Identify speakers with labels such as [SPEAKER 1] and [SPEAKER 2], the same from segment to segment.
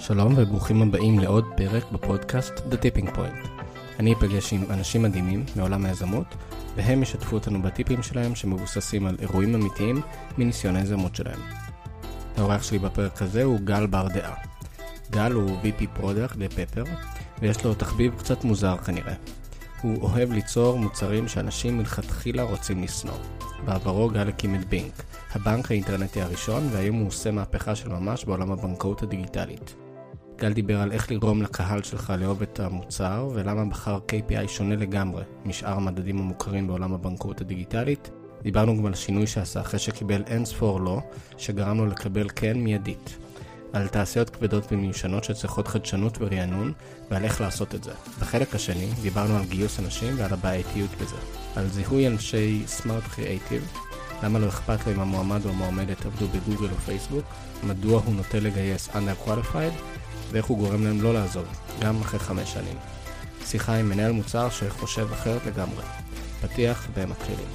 [SPEAKER 1] שלום וברוכים הבאים לעוד פרק בפודקאסט The Tipping Point. אני אפגש עם אנשים מדהימים מעולם היזמות, והם ישתפו אותנו בטיפים שלהם שמבוססים על אירועים אמיתיים מניסיון היזמות שלהם. האורח שלי בפרק הזה הוא גל ברדעה. גל הוא VP Product בפפר, ויש לו תחביב קצת מוזר כנראה. הוא אוהב ליצור מוצרים שאנשים מלכתחילה רוצים לשנוא. בעברו גל הקים את בינק, הבנק האינטרנטי הראשון, והיום הוא עושה מהפכה של ממש בעולם הבנקאות הדיגיטלית. גל דיבר על איך לגרום לקהל שלך לאהוב את המוצר, ולמה בחר KPI שונה לגמרי משאר המדדים המוכרים בעולם הבנקאות הדיגיטלית. דיברנו גם על שינוי שעשה אחרי שקיבל אין-ספור לא, שגרם לו לקבל כן מיידית. על תעשיות כבדות ומיושנות שצריכות חדשנות ורענון, ועל איך לעשות את זה. בחלק השני דיברנו על גיוס אנשים ועל הבעייתיות בזה. על זיהוי אנשי סמארט קריאייטיב, למה לא אכפת לו אם המועמד או המועמדת עבדו בגוגל או פייסבוק, מדוע הוא נוטה לגייס under qualified, ואיך הוא גורם להם לא לעזוב, גם אחרי 5 שנים. שיחה עם מנהל מוצר שחושב אחרת לגמרי. פתיח ומתחילים.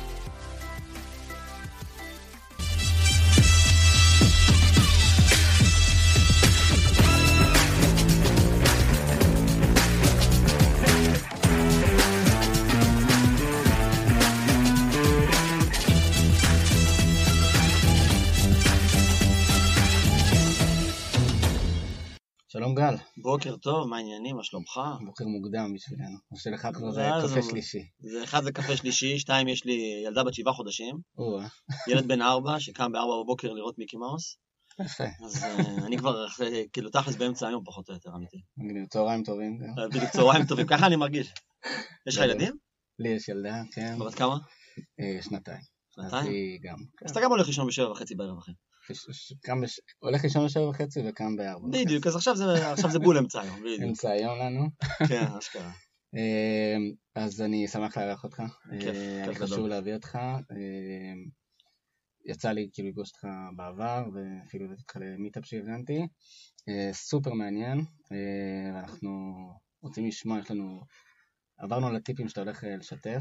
[SPEAKER 1] שלום גל.
[SPEAKER 2] בוקר טוב, מה העניינים, מה שלומך?
[SPEAKER 1] בוקר מוקדם בשבילנו. או שלך כבר זה קפה שלישי.
[SPEAKER 2] זה אחד זה קפה שלישי, 2 יש לי ילדה בת 7 חודשים. ילד בן 4 שקם ב4 בבוקר לראות מיקי מאוס.
[SPEAKER 1] יפה.
[SPEAKER 2] אז אני כבר כאילו תכלס באמצע היום פחות או יותר, אמיתי.
[SPEAKER 1] צהריים טובים.
[SPEAKER 2] בדיוק צהריים טובים, ככה אני מרגיש. יש לך ילדים?
[SPEAKER 1] לי יש ילדה, כן.
[SPEAKER 2] בת כמה?
[SPEAKER 1] 2.
[SPEAKER 2] שנתיים?
[SPEAKER 1] גם.
[SPEAKER 2] אז אתה גם הולך לישון ב7:30 בערב אחי.
[SPEAKER 1] הולך לישון ב7:30 וקם ב4.
[SPEAKER 2] בדיוק, אז עכשיו זה בול אמצע היום.
[SPEAKER 1] אמצע היום לנו.
[SPEAKER 2] כן, אשכרה.
[SPEAKER 1] אז אני שמח לארח אותך. אני חשוב להביא אותך. יצא לי כאילו לפגוש אותך בעבר, ואפילו הבאתי אותך למיטאפ שארגנתי. סופר מעניין, ואנחנו רוצים לשמוע, עברנו על הטיפים שאתה הולך לשתף,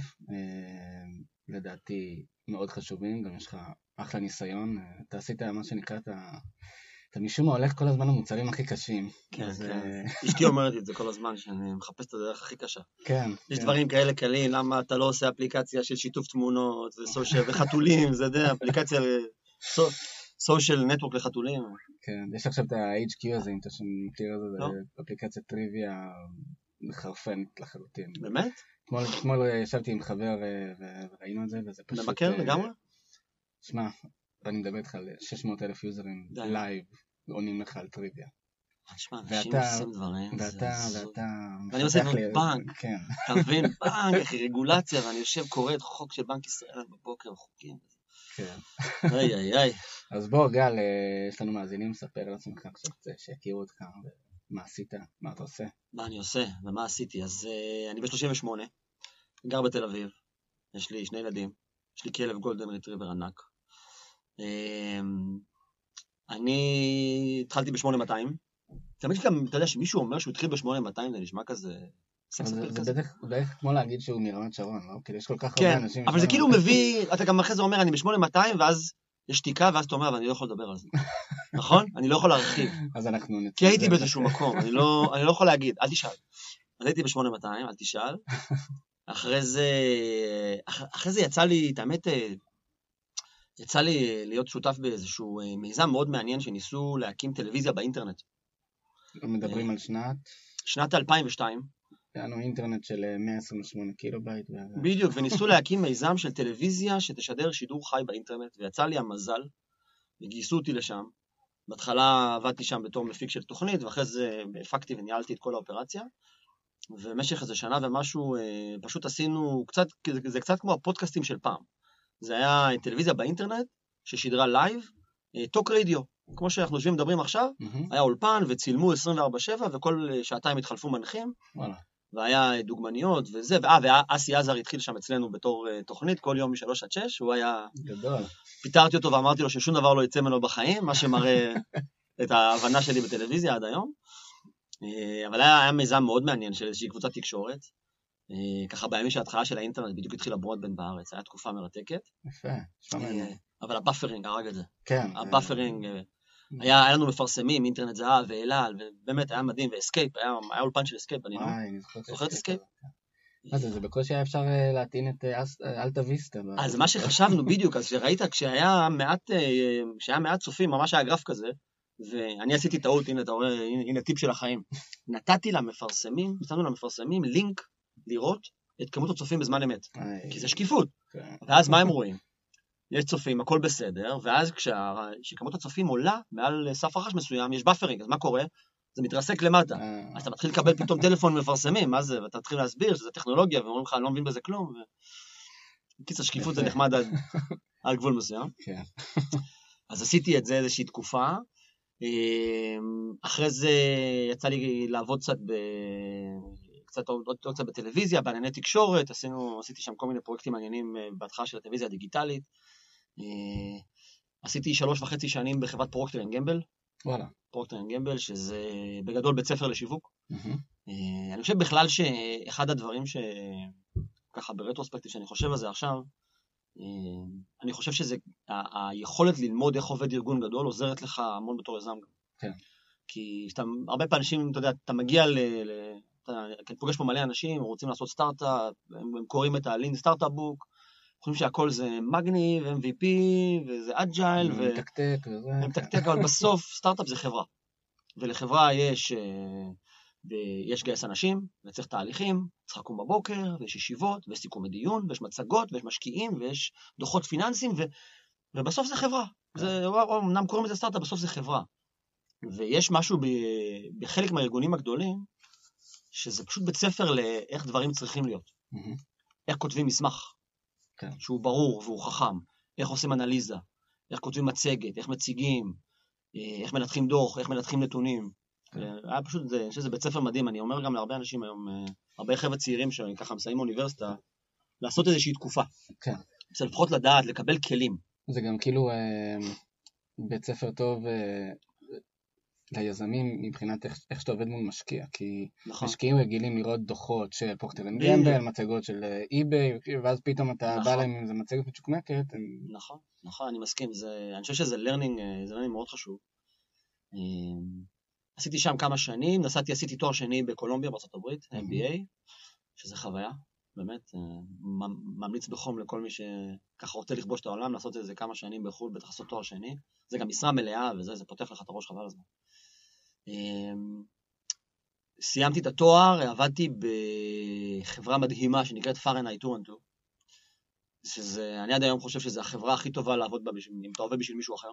[SPEAKER 1] לדעתי מאוד חשובים, גם יש לך אחלה ניסיון, אתה עשית מה שנקרא, אתה משום מה הולך כל הזמן למוצרים הכי קשים.
[SPEAKER 2] כן, כן. אשתי אומרת את זה כל הזמן, שאני מחפש את הדרך הכי קשה.
[SPEAKER 1] כן.
[SPEAKER 2] יש דברים כאלה קלים, למה אתה לא עושה אפליקציה של שיתוף תמונות, וחתולים, זה די אפליקציה סושיאל נטוורק לחתולים.
[SPEAKER 1] כן, יש עכשיו את ה-HQ הזה, אם אתה מכיר את זה, זה אפליקציה טריוויה מחרפנת לחלוטין.
[SPEAKER 2] באמת?
[SPEAKER 1] אתמול ישבתי עם חבר וראינו את זה, וזה פשוט...
[SPEAKER 2] ממכר לגמרי?
[SPEAKER 1] שמע, אני מדבר איתך על 600,000 יוזרים לייב, עונים לך על טריוויה.
[SPEAKER 2] תשמע, אנשים עושים דברים.
[SPEAKER 1] ואתה...
[SPEAKER 2] ואני עושה בנק, אתה מבין, בנק, אחי, רגולציה, ואני יושב קורא את חוק של בנק ישראל בבוקר, חוקים.
[SPEAKER 1] כן.
[SPEAKER 2] איי.
[SPEAKER 1] אז בוא, גל, יש לנו מאזינים, ספר על עצמך קצת, שיכירו אותך, מה עשית, מה אתה עושה.
[SPEAKER 2] מה אני עושה, ומה עשיתי, אז אני ב-38, גר בתל אביב, יש לי 2 ילדים, יש לי כלב גולדן ריטריבר ענק. אני התחלתי ב-8200, תמיד גם, אתה יודע שמישהו אומר שהוא התחיל ב-8200, זה נשמע כזה...
[SPEAKER 1] זה בטח כמו להגיד שהוא מרמת שרון, לא? כי יש כל כך הרבה אנשים...
[SPEAKER 2] כן, אבל זה כאילו מביא, אתה גם אחרי זה אומר, אני ב-8200, ואז יש שתיקה, ואז אתה אומר, ואני לא יכול לדבר על זה. נכון? אני לא יכול להרחיב.
[SPEAKER 1] אז אנחנו...
[SPEAKER 2] כי הייתי באיזשהו מקום, אני לא יכול להגיד, אל תשאל. אז הייתי ב-8200, אל תשאל. אחרי זה יצא לי, את האמת, יצא לי להיות שותף באיזשהו מיזם מאוד מעניין, שניסו להקים טלוויזיה באינטרנט.
[SPEAKER 1] מדברים על
[SPEAKER 2] שנת 2002.
[SPEAKER 1] היה לנו אינטרנט של 128 קילובייט.
[SPEAKER 2] בדיוק, וניסו להקים מיזם של טלוויזיה שתשדר שידור חי באינטרנט, ויצא לי המזל, וגייסו אותי לשם. בהתחלה עבדתי שם בתור מפיק של תוכנית, ואחרי זה הפקתי וניהלתי את כל האופרציה, ובמשך איזה שנה ומשהו, פשוט עשינו קצת, זה קצת כמו הפודקאסטים של פעם. זה היה טלוויזיה באינטרנט, ששידרה לייב, טוק רדיו, כמו שאנחנו יושבים מדברים עכשיו, היה אולפן וצילמו 24/7, וכל שעתיים התחלפו מנחים, והיה דוגמניות וזה, ואסי עזר התחיל שם אצלנו בתור תוכנית, כל יום מ3 עד 6, הוא היה...
[SPEAKER 1] גדול.
[SPEAKER 2] פיתרתי אותו ואמרתי לו ששום דבר לא יצא ממנו בחיים, מה שמראה את ההבנה שלי בטלוויזיה עד היום. אבל היה מיזם מאוד מעניין של איזושהי קבוצת תקשורת, ככה בימים שההתחלה של האינטרנט בדיוק התחילה ברודבנד בארץ, היה תקופה מרתקת.
[SPEAKER 1] יפה, שמענו.
[SPEAKER 2] אבל הבאפרינג הרג את זה.
[SPEAKER 1] כן.
[SPEAKER 2] הבאפרינג, היה לנו מפרסמים, אינטרנט זהב ואלעל, ובאמת היה מדהים, ואסקייפ, היה אולפן של אסקייפ, אני זוכר את אסקייפ?
[SPEAKER 1] מה זה בכושר היה אפשר להטעין את אלטה ויסטה.
[SPEAKER 2] אז מה שחשבנו בדיוק, אז שראית, כשהיה מעט צופים, ממש היה גרף כזה, ואני עשיתי טעות, הנה אתה רואה, הנה טיפ של החיים. נתנו למפרסמים לינק לראות את כמות הצופים בזמן אמת, כי זה שקיפות. ואז מה הם רואים? יש צופים, הכל בסדר, ואז כשכמות הצופים עולה מעל סף רחש מסוים, יש באפרינג, אז מה קורה? זה מתרסק למטה. אז אתה מתחיל לקבל פתאום טלפון מפרסמים, מה זה? ואתה מתחיל להסביר שזה טכנולוגיה, ואומרים לך, אני לא מבין בזה כלום. קיצר, שקיפות זה נחמד על גבול מסוים. אז עשיתי את זה איזושהי תקופה. אחרי זה יצא לי לעבוד קצת בטלוויזיה, בענייני תקשורת, עשיתי שם כל מיני פרויקטים מעניינים בהתחלה של הטלוויזיה הדיגיטלית. עשיתי 3.5 שנים בחברת פרוקטר אנד גמבל.
[SPEAKER 1] וואלה.
[SPEAKER 2] פרוקטר אנד גמבל, שזה בגדול בית ספר לשיווק. אני חושב בכלל שאחד הדברים שככה ברטרוספקטיב שאני חושב על זה עכשיו, אני חושב שזה, היכולת ללמוד איך עובד ארגון גדול עוזרת לך המון בתור יזם.
[SPEAKER 1] כן.
[SPEAKER 2] כי הרבה פעמים, אתה יודע, אתה מגיע אני פוגש פה מלא אנשים, רוצים לעשות סטארט-אפ, הם קוראים את הלין סטארט-אפ בוק, חושבים שהכל זה מגניב, MVP, וזה אג'ייל, ומתקתק, אבל בסוף סטארט-אפ זה חברה. ולחברה יש גייס אנשים, וצריך תהליכים, צריך לקום בבוקר, ויש ישיבות, ויש סיכומי דיון, ויש מצגות, ויש משקיעים, ויש דוחות פיננסיים, ובסוף זה חברה. אמנם קוראים לזה סטארט-אפ, בסוף זה חברה. ויש משהו בחלק מהארגונים הגדולים, שזה פשוט בית ספר לאיך דברים צריכים להיות. איך כותבים מסמך, שהוא ברור והוא חכם, איך עושים אנליזה, איך כותבים מצגת, איך מציגים, איך מנתחים דוח, איך מנתחים נתונים. היה פשוט, אני חושב שזה בית ספר מדהים, אני אומר גם להרבה אנשים היום, הרבה חבר'ה צעירים שככה מסיימים אוניברסיטה, לעשות איזושהי תקופה. כן. לפחות לדעת, לקבל כלים.
[SPEAKER 1] זה גם כאילו בית ספר טוב ליזמים מבחינת איך שאתה עובד מול משקיע, כי משקיעים רגילים לראות דוחות של פרוקטר אנד גמבל, מצגות של eBay, ואז פתאום אתה בא להם עם זה מצגת מצ'וקמקת.
[SPEAKER 2] נכון, אני מסכים, אני חושב שזה learning מאוד חשוב. עשיתי שם כמה שנים, עשיתי תואר שני בקולומביה, בארצות הברית, MBA, שזה חוויה, באמת, ממליץ בחום לכל מי שככה רוצה לכבוש את העולם, לעשות את זה כמה שנים בחו"ל, בטח לעשות תואר שני, זה גם משרה מלאה, וזה פותח לך את הראש חבל הזמן. סיימתי את התואר, עבדתי בחברה מדהימה שנקראת פארנהייט 212, שזה, אני עד היום חושב שזו החברה הכי טובה לעבוד בה, אם אתה עובד בשביל מישהו אחר.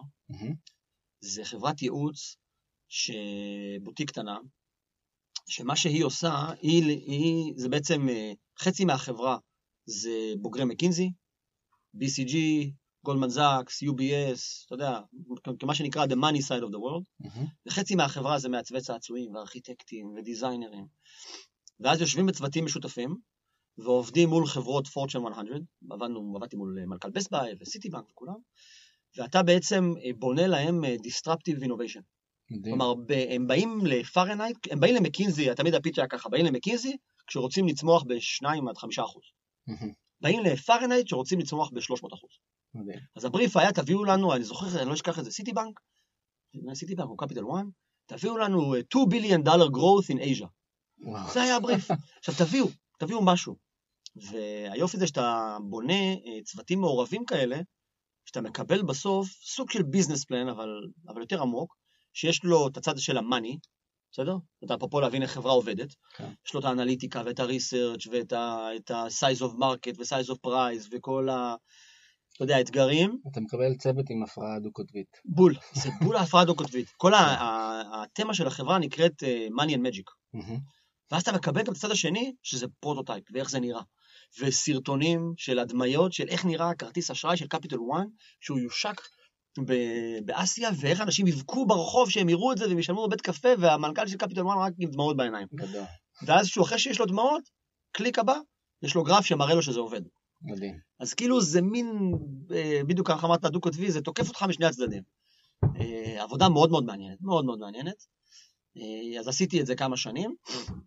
[SPEAKER 2] זה חברת ייעוץ, שבוטיק קטנה, שמה שהיא עושה, זה בעצם חצי מהחברה, זה בוגרי מקינזי, BCG, גולדמן זאקס, UBS, אתה יודע, כמה שנקרא the money side of the world, וחצי מהחברה זה מעצבי צעצועים, וארכיטקטים, ודיזיינרים, ואז יושבים בצוותים משותפים, ועובדים מול חברות Fortune 100, עבדתי מול מלכ"ל בסט ביי, וסיטי בנק וכולם, ואתה בעצם בונה להם disruptive innovation. כלומר, הם באים לפארנהייט, הם באים למקינזי, תמיד הפיץ' היה ככה, באים למקינזי, כשרוצים לצמוח ב2-5%. באים לפארנהייט שרוצים לצמוח ב300%. אז הבריף היה, תביאו לנו, אני זוכר, אני לא אשכח את זה, סיטי בנק או קפיטל 1, תביאו לנו $2 billion growth in Asia. זה היה הבריף. עכשיו תביאו משהו. והיופי זה שאתה בונה צוותים מעורבים כאלה, שאתה מקבל בסוף סוג של ביזנס פלן, אבל יותר עמוק, שיש לו את הצד של המאני, בסדר? אתה פה להבין איך חברה עובדת, יש לו את האנליטיקה ואת הריסרצ' ואת ה-size of market ו-size of price וכל אתה יודע, האתגרים.
[SPEAKER 1] אתה מקבל צוות עם הפרעה דו-קוטבית.
[SPEAKER 2] בול, זה בול ההפרעה דו-קוטבית. כל התמה של החברה נקראת money and magic. ואז אתה מקבל את הצד השני, שזה פרוטוטייפ, ואיך זה נראה. וסרטונים של הדמיות של איך נראה כרטיס אשראי של קפיטל 1, שהוא יושק באסיה, ואיך אנשים יבכו ברחוב שהם יראו את זה, והם ישלמו בבית קפה, והמנכ"ל של קפיטל 1 רק עם דמעות בעיניים. ואז שהוא אחרי שיש לו דמעות, קליק הבא, יש לו גרף שמראה לו שזה עובד.
[SPEAKER 1] מדהים.
[SPEAKER 2] אז כאילו זה מין, בדיוק ככה אמרת דו-קוטבי, זה תוקף אותך משני הצדדים. עבודה מאוד מאוד מעניינת, מאוד מאוד מעניינת. אז עשיתי את זה כמה שנים,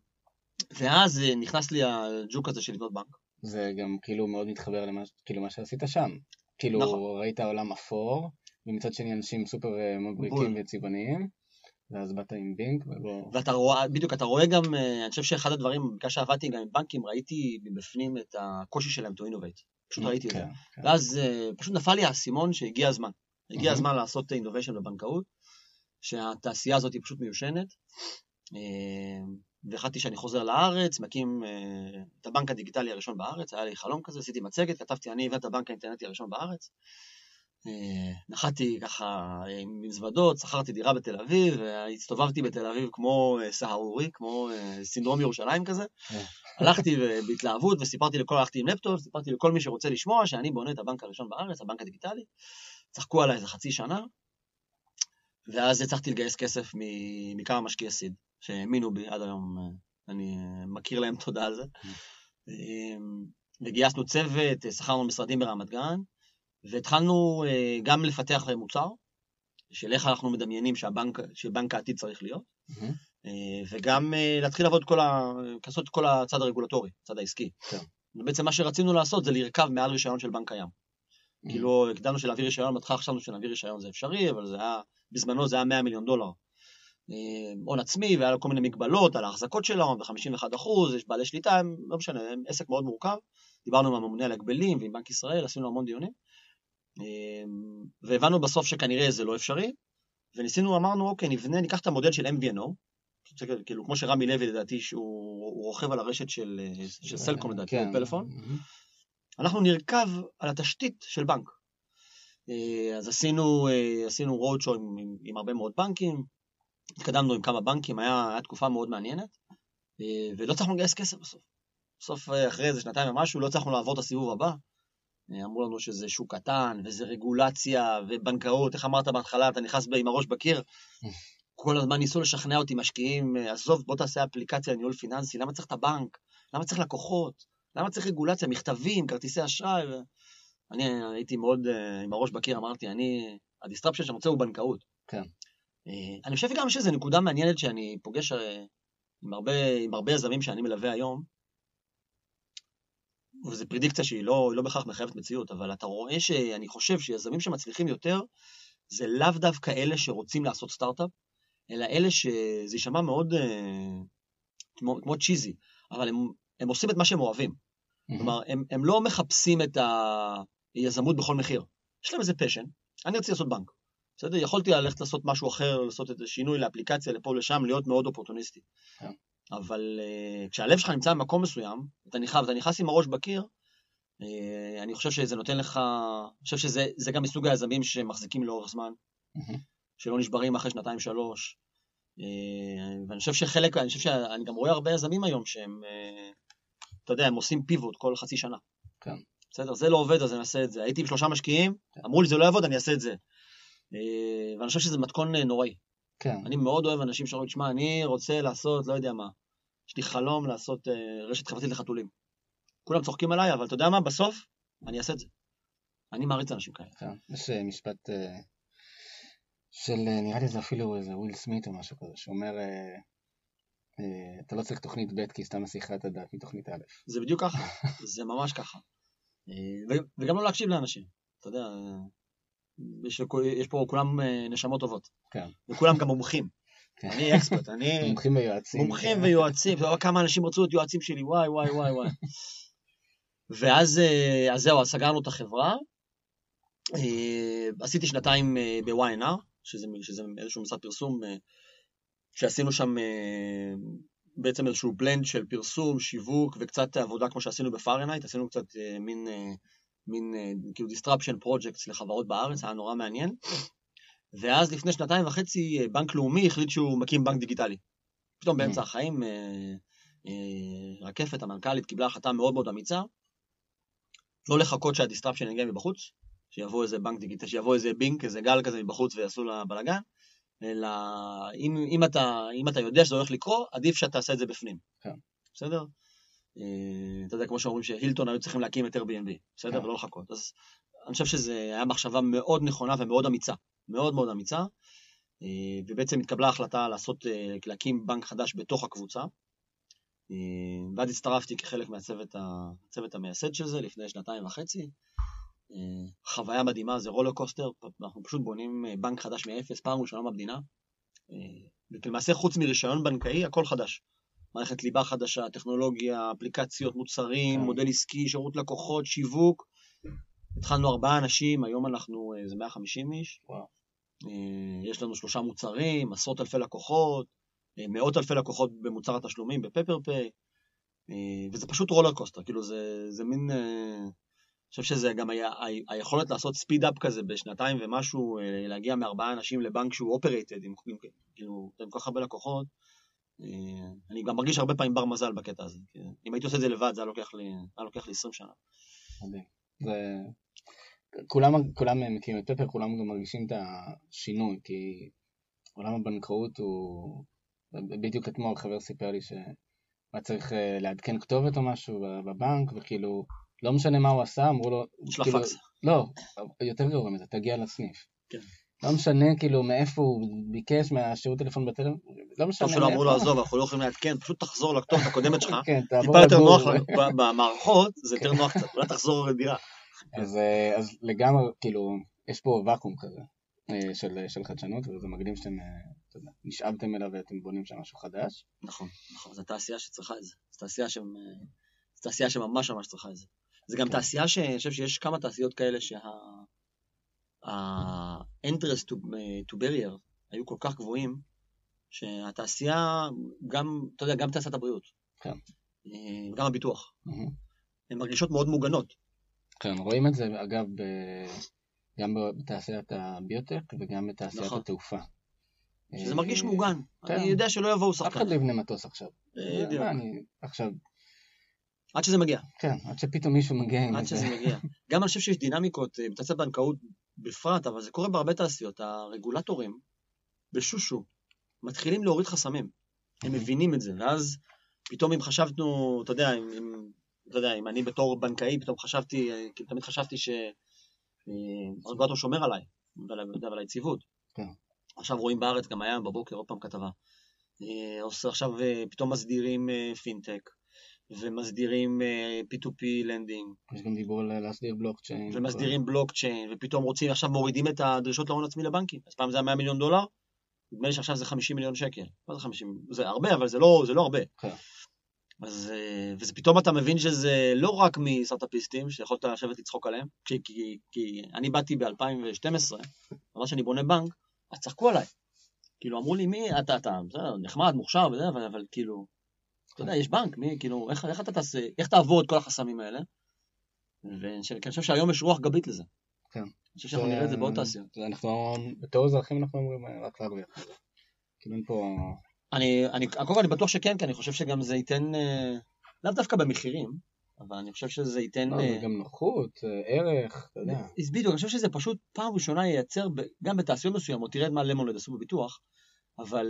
[SPEAKER 2] ואז נכנס לי הג'וק הזה של לבנות בנק.
[SPEAKER 1] זה גם כאילו מאוד מתחבר למה שעשית שם. כאילו ראית עולם אפור, ומצד שני אנשים סופר מבריקים וצבעוניים, ואז באת עם בינג.
[SPEAKER 2] ואתה רואה, בדיוק, אתה רואה גם, אני חושב שאחד הדברים, בגלל שעבדתי גם עם בנקים, ראיתי בפנים את הקושי שלהם to innovate. פשוט ראיתי את זה. ואז פשוט נפל לי האסימון שהגיע הזמן. הגיע הזמן לעשות innovation בבנקאות, שהתעשייה הזאת היא פשוט מיושנת, והחלטתי שאני חוזר לארץ, מקים את הבנק הדיגיטלי הראשון בארץ, היה לי חלום כזה, עשיתי מצגת, כתבתי אני ואת הבנק האינטרנטי הראשון בארץ, נחתי ככה עם מזוודות, שכרתי דירה בתל אביב, והסתובבתי בתל אביב כמו סהרורי, כמו סינדרום ירושלים כזה, הלכתי בהתלהבות וסיפרתי הלכתי עם לפטופ, סיפרתי לכל מי שרוצה לשמוע שאני בונה את הבנק הראשון בארץ, הבנק הדיגיטלי, צחקו עליי איזה חצי שנה, ואז הצלחתי לגייס כסף מכמה משקיעי סיד, שהאמינו בי עד היום, אני מכיר להם תודה על זה, וגייסנו צוות, שכרנו משרדים ברמת גן, והתחלנו גם לפתח מוצר, של איך אנחנו מדמיינים שבנק העתיד צריך להיות, וגם להתחיל לעבוד לעשות את כל הצד הרגולטורי, הצד העסקי. ובעצם מה שרצינו לעשות זה לרכב מעל רישיון של בנק קיים. כאילו, הקדמנו שלהביא רישיון, בהתחלה חשבנו שלהביא רישיון זה אפשרי, אבל בזמנו זה היה $100 מיליון. הון עצמי, והיה לו כל מיני מגבלות על ההחזקות של ההון, ב-51%, יש בעלי שליטה, לא משנה, הם עסק מאוד מורכב. דיברנו עם הממונה על הגבלים ועם בנק ישראל, עשינו המון דיונים. והבנו בסוף שכנראה זה לא אפשרי, וניסינו, אמרנו, אוקיי, ניקח את המודל של MVNO, כאילו, כמו שרמי לוי, לדעתי, שהוא רוכב על הרשת של סלקום, לדעתי, פלאפון. אנחנו נרכב על התשתית של בנק. אז עשינו רודשו עם הרבה מאוד בנקים, התקדמנו עם כמה בנקים, היה תקופה מאוד מעניינת, ולא צריכנו לגייס כסף בסוף. בסוף, אחרי איזה שנתיים ומשהו, לא צריכנו לעבור את הסיבוב הבא. אמרו לנו שזה שוק קטן, וזה רגולציה, ובנקאות, איך אמרת בהתחלה, אתה נכנס עם הראש בקיר, כל הזמן ניסו לשכנע אותי משקיעים, עזוב, בוא תעשה אפליקציה לניהול פיננסי, למה צריך את הבנק? למה צריך לקוחות? למה צריך רגולציה? מכתבים, כרטיסי אשראי? אני הייתי מאוד עם הראש בקיר, אמרתי, הדיסטרפשן שאני רוצה הוא בנקאות.
[SPEAKER 1] כן.
[SPEAKER 2] אני חושב גם שזה נקודה מעניינת שאני פוגש עם הרבה יזמים שאני מלווה היום, וזו פרדיקציה שהיא לא בכך מחייבת מציאות, אבל אתה רואה שאני חושב שיזמים שמצליחים יותר, זה לאו דווקא אלה שרוצים לעשות סטארט-אפ, אלא אלה שזה יישמע מאוד כמו צ'יזי, אבל הם עושים את מה שהם אוהבים. כלומר, הם לא מחפשים את היזמות בכל מחיר. יש להם איזה פשן, אני רציתי לעשות בנק. בסדר? יכולתי ללכת לעשות משהו אחר, לעשות את שינוי לאפליקציה, לפה ולשם, להיות מאוד אופורטוניסטי. אבל כשהלב שלך נמצא במקום מסוים, אתה נכנס עם הראש בקיר, אני חושב שזה נותן לך, אני חושב שזה גם מסוג היזמים שמחזיקים לאורך זמן, שלא נשברים אחרי 2-3, ואני חושב שאני גם רואה הרבה יזמים היום שהם, אתה יודע, הם עושים פיבוט כל חצי שנה.
[SPEAKER 1] כן.
[SPEAKER 2] בסדר, זה לא עובד, אז אני אעשה את זה. הייתי עם 3 משקיעים, אמרו לי זה לא יעבוד, אני אעשה את זה. ואני חושב שזה מתכון נוראי.
[SPEAKER 1] כן.
[SPEAKER 2] אני מאוד אוהב אנשים שאומרים, תשמע, אני רוצה לעשות, לא יודע מה, יש לי חלום לעשות רשת חברתית לחתולים. כולם צוחקים עליי, אבל אתה יודע מה, בסוף אני אעשה את זה. אני מעריץ אנשים כאלה.
[SPEAKER 1] כן, יש משפט של, נראה לי זה אפילו איזה וויל סמית או משהו כזה, שאומר, אתה לא צריך תוכנית ב' כי סתם מסיחה את הדעת מתוכנית א'.
[SPEAKER 2] זה בדיוק ככה, זה ממש ככה. וגם לא להקשיב לאנשים, אתה יודע, יש פה כולם נשמות טובות.
[SPEAKER 1] כן.
[SPEAKER 2] וכולם גם מומחים. אני אקספרט, אני...
[SPEAKER 1] מומחים ויועצים.
[SPEAKER 2] מומחים ויועצים, כמה אנשים רצו את יועצים שלי, וואי. ואז זהו, אז סגרנו את החברה, עשיתי 2 ב-YNR, שזה איזשהו משרד פרסום, שעשינו שם בעצם איזשהו בלנד של פרסום, שיווק, וקצת עבודה כמו שעשינו בפארנייט, עשינו קצת מין כאילו disruption projects לחברות בארץ, היה נורא מעניין. ואז לפני 2.5 בנק לאומי החליט שהוא מקים בנק דיגיטלי. פתאום באמצע החיים, רקפת, המנכ"לית, קיבלה החלטה מאוד מאוד אמיצה, לא לחכות שהדיסטרפשן יגיע מבחוץ, שיבוא איזה בנק דיגיטלי, שיבוא איזה בינק, איזה גל כזה מבחוץ ויעשו לה בלגן, אלא אם אתה יודע שזה הולך לקרות, עדיף שאתה תעשה את זה בפנים. בסדר? אתה יודע, כמו שאומרים שהילטון היו צריכים להקים את Airbnb, בסדר? ולא לחכות. אז אני חושב שזה היה מחשבה מאוד נכונה ומאוד אמיצה. מאוד מאוד אמיצה, ובעצם התקבלה החלטה להקים בנק חדש בתוך הקבוצה, ואז הצטרפתי כחלק מהצוות המייסד של זה לפני 2.5, חוויה מדהימה, זה רולר קוסטר, אנחנו פשוט בונים בנק חדש מאפס, פעם ראשונה במדינה, ולמעשה חוץ מרישיון בנקאי, הכל חדש. מערכת ליבה חדשה, טכנולוגיה, אפליקציות, מוצרים, מודל עסקי, שירות לקוחות, שיווק. התחלנו 4 אנשים, היום אנחנו, זה 150 איש. יש לנו 3 מוצרים, עשרות אלפי לקוחות, מאות אלפי לקוחות במוצר התשלומים, בפפרפיי, וזה פשוט רולר קוסטר, כאילו זה מין, אני חושב שזה גם היכולת לעשות ספיד-אפ כזה בשנתיים ומשהו, להגיע מ4 אנשים לבנק שהוא אופרייטד, כאילו, עם כל כך הרבה לקוחות, אני גם מרגיש הרבה פעמים בר מזל בקטע הזה, אם הייתי עושה את זה לבד, זה היה לוקח לי 20 שנה.
[SPEAKER 1] כולם מכירים את פפר, כולם גם מרגישים את השינוי, כי עולם הבנקאות הוא, בדיוק אתמול חבר סיפר לי שמה צריך לעדכן כתובת או משהו בבנק, וכאילו, לא משנה מה הוא עשה, אמרו לו,
[SPEAKER 2] יש לפקס.
[SPEAKER 1] לא, יותר גרוע מזה, תגיע לסניף.
[SPEAKER 2] כן.
[SPEAKER 1] לא משנה כאילו מאיפה הוא ביקש מהשירות טלפון בטלפון, לא משנה.
[SPEAKER 2] טוב שלא אמרו לו עזוב, אנחנו לא יכולים לעדכן, פשוט תחזור לכתובת הקודמת שלך,
[SPEAKER 1] טיפה
[SPEAKER 2] יותר נוח במערכות, זה יותר נוח קצת, אולי תחזור לדירה.
[SPEAKER 1] אז לגמרי, כאילו, יש פה ואקום כזה של חדשנות, וזה מקדים שאתם נשאבתם אליו ואתם בונים שם משהו חדש.
[SPEAKER 2] נכון, זו תעשייה שצריכה את זה. זו תעשייה שממש ממש צריכה את זה. זה גם תעשייה שאני חושב שיש כמה תעשיות כאלה ה-interest to barrier היו כל כך גבוהים, שהתעשייה, אתה יודע, גם תעשיית הבריאות, גם הביטוח, הן מרגישות מאוד מוגנות.
[SPEAKER 1] כן, רואים את זה אגב גם בתעשיית הביוטק וגם בתעשיית התעופה.
[SPEAKER 2] שזה מרגיש מוגן, אני יודע שלא יבואו שחקן.
[SPEAKER 1] אף אחד לא יבנה מטוס עכשיו. עכשיו.
[SPEAKER 2] עד שזה מגיע.
[SPEAKER 1] כן, עד שפתאום מישהו מגיע.
[SPEAKER 2] עד שזה מגיע. גם אני חושב שיש דינמיקות בתעשיית בנקאות בפרט, אבל זה קורה בהרבה תעשיות. הרגולטורים בשושו מתחילים להוריד חסמים. הם מבינים את זה, ואז פתאום אם חשבנו, אתה יודע, אם אני בתור בנקאי, פתאום תמיד חשבתי שהרגולטור שומר עליי, ועל היציבות.
[SPEAKER 1] כן.
[SPEAKER 2] עכשיו רואים בארץ, גם היה בבוקר עוד פעם כתבה. עכשיו פתאום מסדירים פינטק, ומסדירים P2P לנדינג.
[SPEAKER 1] יש גם דיבור להסדיר בלוקצ'יין.
[SPEAKER 2] ומסדירים בלוקצ'יין, ופתאום רוצים, עכשיו מורידים את הדרישות להון עצמי לבנקים. אז פעם זה היה $100 מיליון, נדמה לי שעכשיו זה 50 מיליון שקל. מה זה 50? זה הרבה, אבל זה לא הרבה.
[SPEAKER 1] כן.
[SPEAKER 2] וזה פתאום אתה מבין שזה לא רק מסטארט-אפיסטים, שיכולת לשבת לצחוק עליהם, כי אני באתי ב-2012, ממש שאני בונה בנק, אז צחקו עליי. כאילו, אמרו לי, מי, אתה נחמד, מוכשר וזה, אבל כאילו, אתה יודע, יש בנק, מי, כאילו, איך אתה תעשה, איך תעבור את כל החסמים האלה? ואני חושב שהיום יש רוח גבית לזה.
[SPEAKER 1] כן.
[SPEAKER 2] אני חושב שאנחנו נראה את זה בעוד תעשיות.
[SPEAKER 1] אנחנו, בתור אזרחים אנחנו אומרים, רק להרוויח. כאילו, אין פה...
[SPEAKER 2] אני בטוח שכן, כי אני חושב שגם זה ייתן, לאו דווקא במחירים, אבל אני חושב שזה ייתן...
[SPEAKER 1] זה גם נוחות, ערך, אתה יודע.
[SPEAKER 2] בדיוק, אני חושב שזה פשוט פעם ראשונה ייצר, גם בתעשיות מסוימות, תראה מה למונד עשו בביטוח, אבל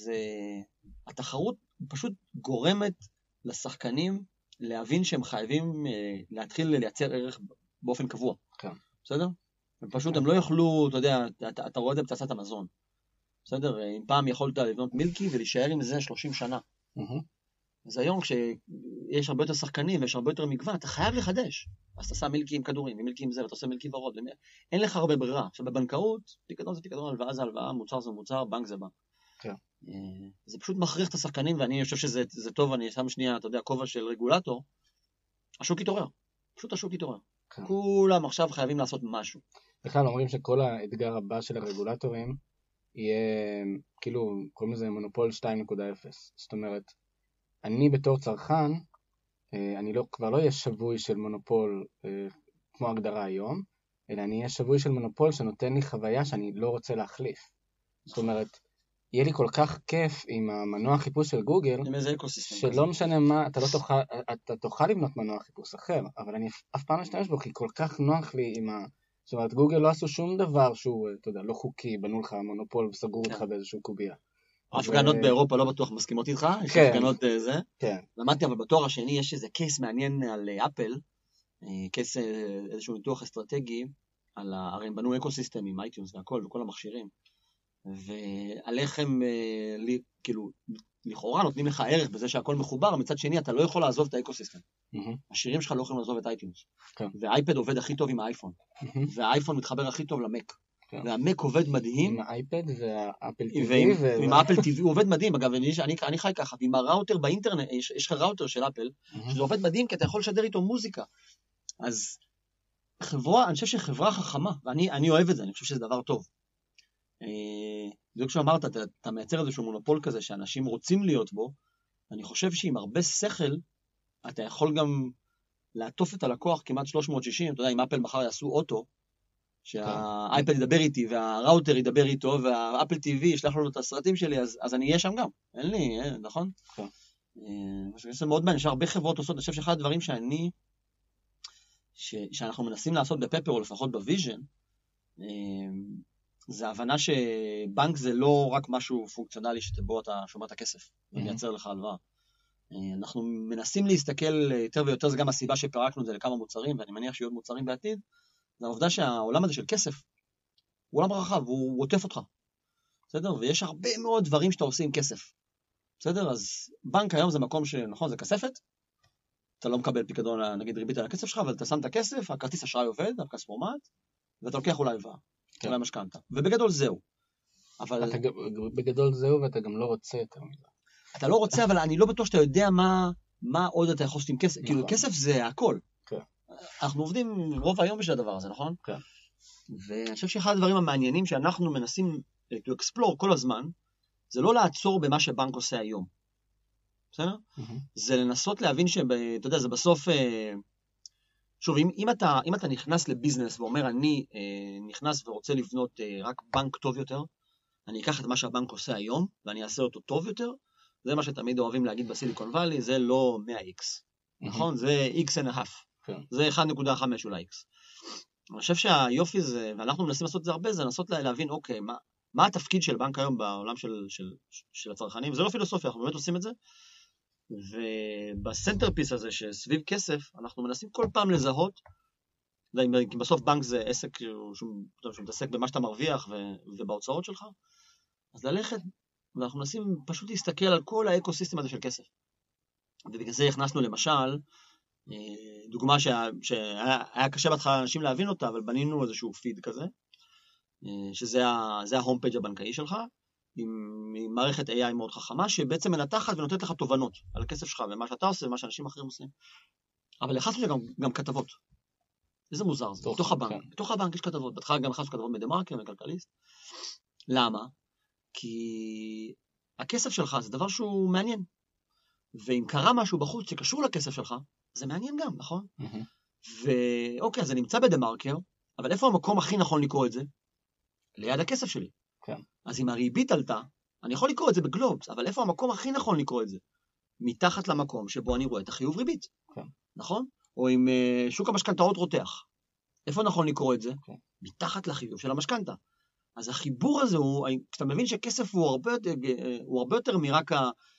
[SPEAKER 2] התחרות פשוט גורמת לשחקנים להבין שהם חייבים להתחיל לייצר ערך באופן קבוע.
[SPEAKER 1] כן.
[SPEAKER 2] בסדר? ופשוט הם לא יוכלו, אתה יודע, אתה רואה את זה בתעשיית המזון. בסדר? אם פעם יכולת לבנות מילקי ולהישאר עם זה 30 שנה. אז היום כשיש הרבה יותר שחקנים ויש הרבה יותר מגוון, אתה חייב לחדש. אז אתה שם מילקי עם כדורים, ומילקי עם זה, ואתה עושה מילקי ורוד. אין לך הרבה ברירה. עכשיו בבנקאות, פיקדון זה פיקדון, הלוואה זה הלוואה, מוצר זה מוצר, בנק זה בנק.
[SPEAKER 1] כן.
[SPEAKER 2] זה פשוט מכריח את השחקנים, ואני חושב שזה טוב, אני שם שנייה, אתה יודע, כובע של רגולטור. השוק יתעורר. פשוט השוק יתעורר. כולם עכשיו חייבים לעשות משהו.
[SPEAKER 1] בכלל אומרים שכל האתגר הבא של הרגולטורים יהיה, כאילו, קוראים לזה מונופול 2.0. זאת אומרת, אני בתור צרכן, אני כבר לא אהיה שבוי של מונופול כמו הגדרה היום, אלא אני אהיה שבוי של מונופול שנותן לי חוויה שאני לא רוצה להחליף. זאת אומרת, יהיה לי כל כך כיף עם המנוע חיפוש של גוגל, שלא משנה מה, אתה תוכל לבנות מנוע חיפוש אחר, אבל אני אף פעם משתמש בו, כי כל כך נוח לי עם זאת אומרת, גוגל לא עשו שום דבר שהוא, אתה יודע, לא חוקי, בנו לך מונופול וסגרו אותך באיזשהו קובייה.
[SPEAKER 2] ההפגנות באירופה לא בטוח מסכימות איתך, יש הפגנות זה.
[SPEAKER 1] כן.
[SPEAKER 2] למדתי, אבל בתואר השני יש איזה קייס מעניין על אפל, קייס איזשהו ניתוח אסטרטגי, הרי הם בנו אקוסיסטם עם אייטיונס והכל וכל המכשירים, ועל איך הם כאילו לכאורה נותנים לך ערך בזה שהכל מחובר, מצד שני אתה לא יכול לעזוב את האקוסיסטם. השירים שלך לא יכולים לעזוב את אייטיונס. והאייפד עובד הכי טוב עם האייפון. והאייפון מתחבר הכי טוב למק. והמק עובד מדהים.
[SPEAKER 3] עם האייפד והאפל TV.
[SPEAKER 2] ועם האפל TV הוא עובד מדהים. אגב, אני חי ככה. ועם הראוטר באינטרנט, יש לך ראוטר של אפל, שזה עובד מדהים, כי אתה יכול לשדר איתו מוזיקה. אז אני חושב שחברה חכמה, ואני אוהב את זה, אני חושב שזה דבר טוב. זה כשאמרת, אתה מייצר איזשהו מונופול כזה, שאנשים רוצים להיות בו, אני חושב שעם הרבה שכל, אתה יכול גם לעטוף את הלקוח כמעט 360, אתה יודע, אם אפל מחר יעשו אוטו, שהאייפד ידבר איתי, והראוטר ידבר איתו, והאפל TV ישלח לנו את הסרטים שלי, אז אני אהיה שם גם. אין לי, נכון?
[SPEAKER 3] כן.
[SPEAKER 2] זה מאוד מעניין, יש הרבה חברות עושות, אני חושב שאחד הדברים שאנחנו מנסים לעשות בפפר, או לפחות בוויז'ן, זה הבנה שבנק זה לא רק משהו פונקציונלי שבו אתה שומע את הכסף, ומייצר לך הלוואה. אנחנו מנסים להסתכל יותר ויותר, זה גם הסיבה שפרקנו את זה לכמה מוצרים, ואני מניח שיהיו מוצרים בעתיד, זה העובדה שהעולם הזה של כסף, הוא עולם רחב, הוא עוטף אותך. בסדר? ויש הרבה מאוד דברים שאתה עושה עם כסף. בסדר? אז בנק היום זה מקום שנכון, זה כספת, אתה לא מקבל פיקדון, נגיד ריבית על הכסף שלך, אבל אתה שם את הכסף, הכרטיס אשראי עובד, הכספומט, ואתה לוקח אולי הלוואה, אולי משכנתה. ובגדול זהו. אבל...
[SPEAKER 3] בגדול זהו, ואתה גם לא רוצה יותר מזה.
[SPEAKER 2] אתה לא רוצה, אבל אני לא בטוח שאתה יודע מה עוד אתה יכול לעשות עם כסף. כאילו, כסף זה הכל. אנחנו עובדים רוב היום בשביל הדבר הזה, נכון?
[SPEAKER 3] כן.
[SPEAKER 2] ואני חושב שאחד הדברים המעניינים שאנחנו מנסים לאקספלור כל הזמן, זה לא לעצור במה שבנק עושה היום. בסדר? זה לנסות להבין אתה יודע, זה בסוף, שוב, אם אתה נכנס לביזנס ואומר, אני נכנס ורוצה לבנות רק בנק טוב יותר, אני אקח את מה שהבנק עושה היום, ואני אעשה אותו טוב יותר, זה מה שתמיד אוהבים להגיד בסיליקון ואלי, זה לא 100x. נכון? זה x and a half. זה 1.5 אולי x. אני חושב שהיופי זה, ואנחנו מנסים לעשות את זה הרבה, זה לנסות להבין, אוקיי, מה התפקיד של בנק היום בעולם של הצרכנים? זה לא פילוסופיה, אנחנו באמת עושים את זה. ובסנטרפיס הזה שסביב כסף, אנחנו מנסים כל פעם לזהות, כי בסוף בנק זה עסק שמתעסק במה שאתה מרוויח ובהוצאות שלך, אז ללכת, ואנחנו מנסים פשוט להסתכל על כל האקוסיסטם הזה של כסף. ובגלל זה הכנסנו למשל, דוגמה שהיה קשה בהתחלה לאנשים להבין אותה, אבל בנינו איזשהו פיד כזה, שזה ההום פייג' הבנקאי שלך, עם מערכת AI מאוד חכמה, שבעצם מנתחת ונותנת לך תובנות על הכסף שלך, ומה שאתה עושה ומה שאנשים אחרים עושים. אבל הכנסנו גם כתבות. איזה מוזר זה, בתוך הבנק. בתוך הבנק יש כתבות, בהתחלה גם הכנסנו כתבות בדה-מרקר וכלכליסט. למה? כי הכסף שלך זה דבר שהוא מעניין. ואם קרה משהו בחוץ שקשור לכסף שלך, זה מעניין גם, נכון? ואוקיי, אז זה נמצא בדה-מרקר, אבל איפה המקום הכי נכון לקרוא את זה? ליד הכסף שלי.
[SPEAKER 3] כן.
[SPEAKER 2] אז אם הריבית עלתה, אני יכול לקרוא את זה בגלובס, אבל איפה המקום הכי נכון לקרוא את זה? מתחת למקום שבו אני רואה את החיוב ריבית.
[SPEAKER 3] כן.
[SPEAKER 2] נכון? או אם שוק המשכנתאות רותח. איפה נכון לקרוא את זה?
[SPEAKER 3] כן.
[SPEAKER 2] מתחת לחיוב של המשכנתה. אז החיבור הזה הוא, כשאתה מבין שכסף הוא הרבה יותר מרק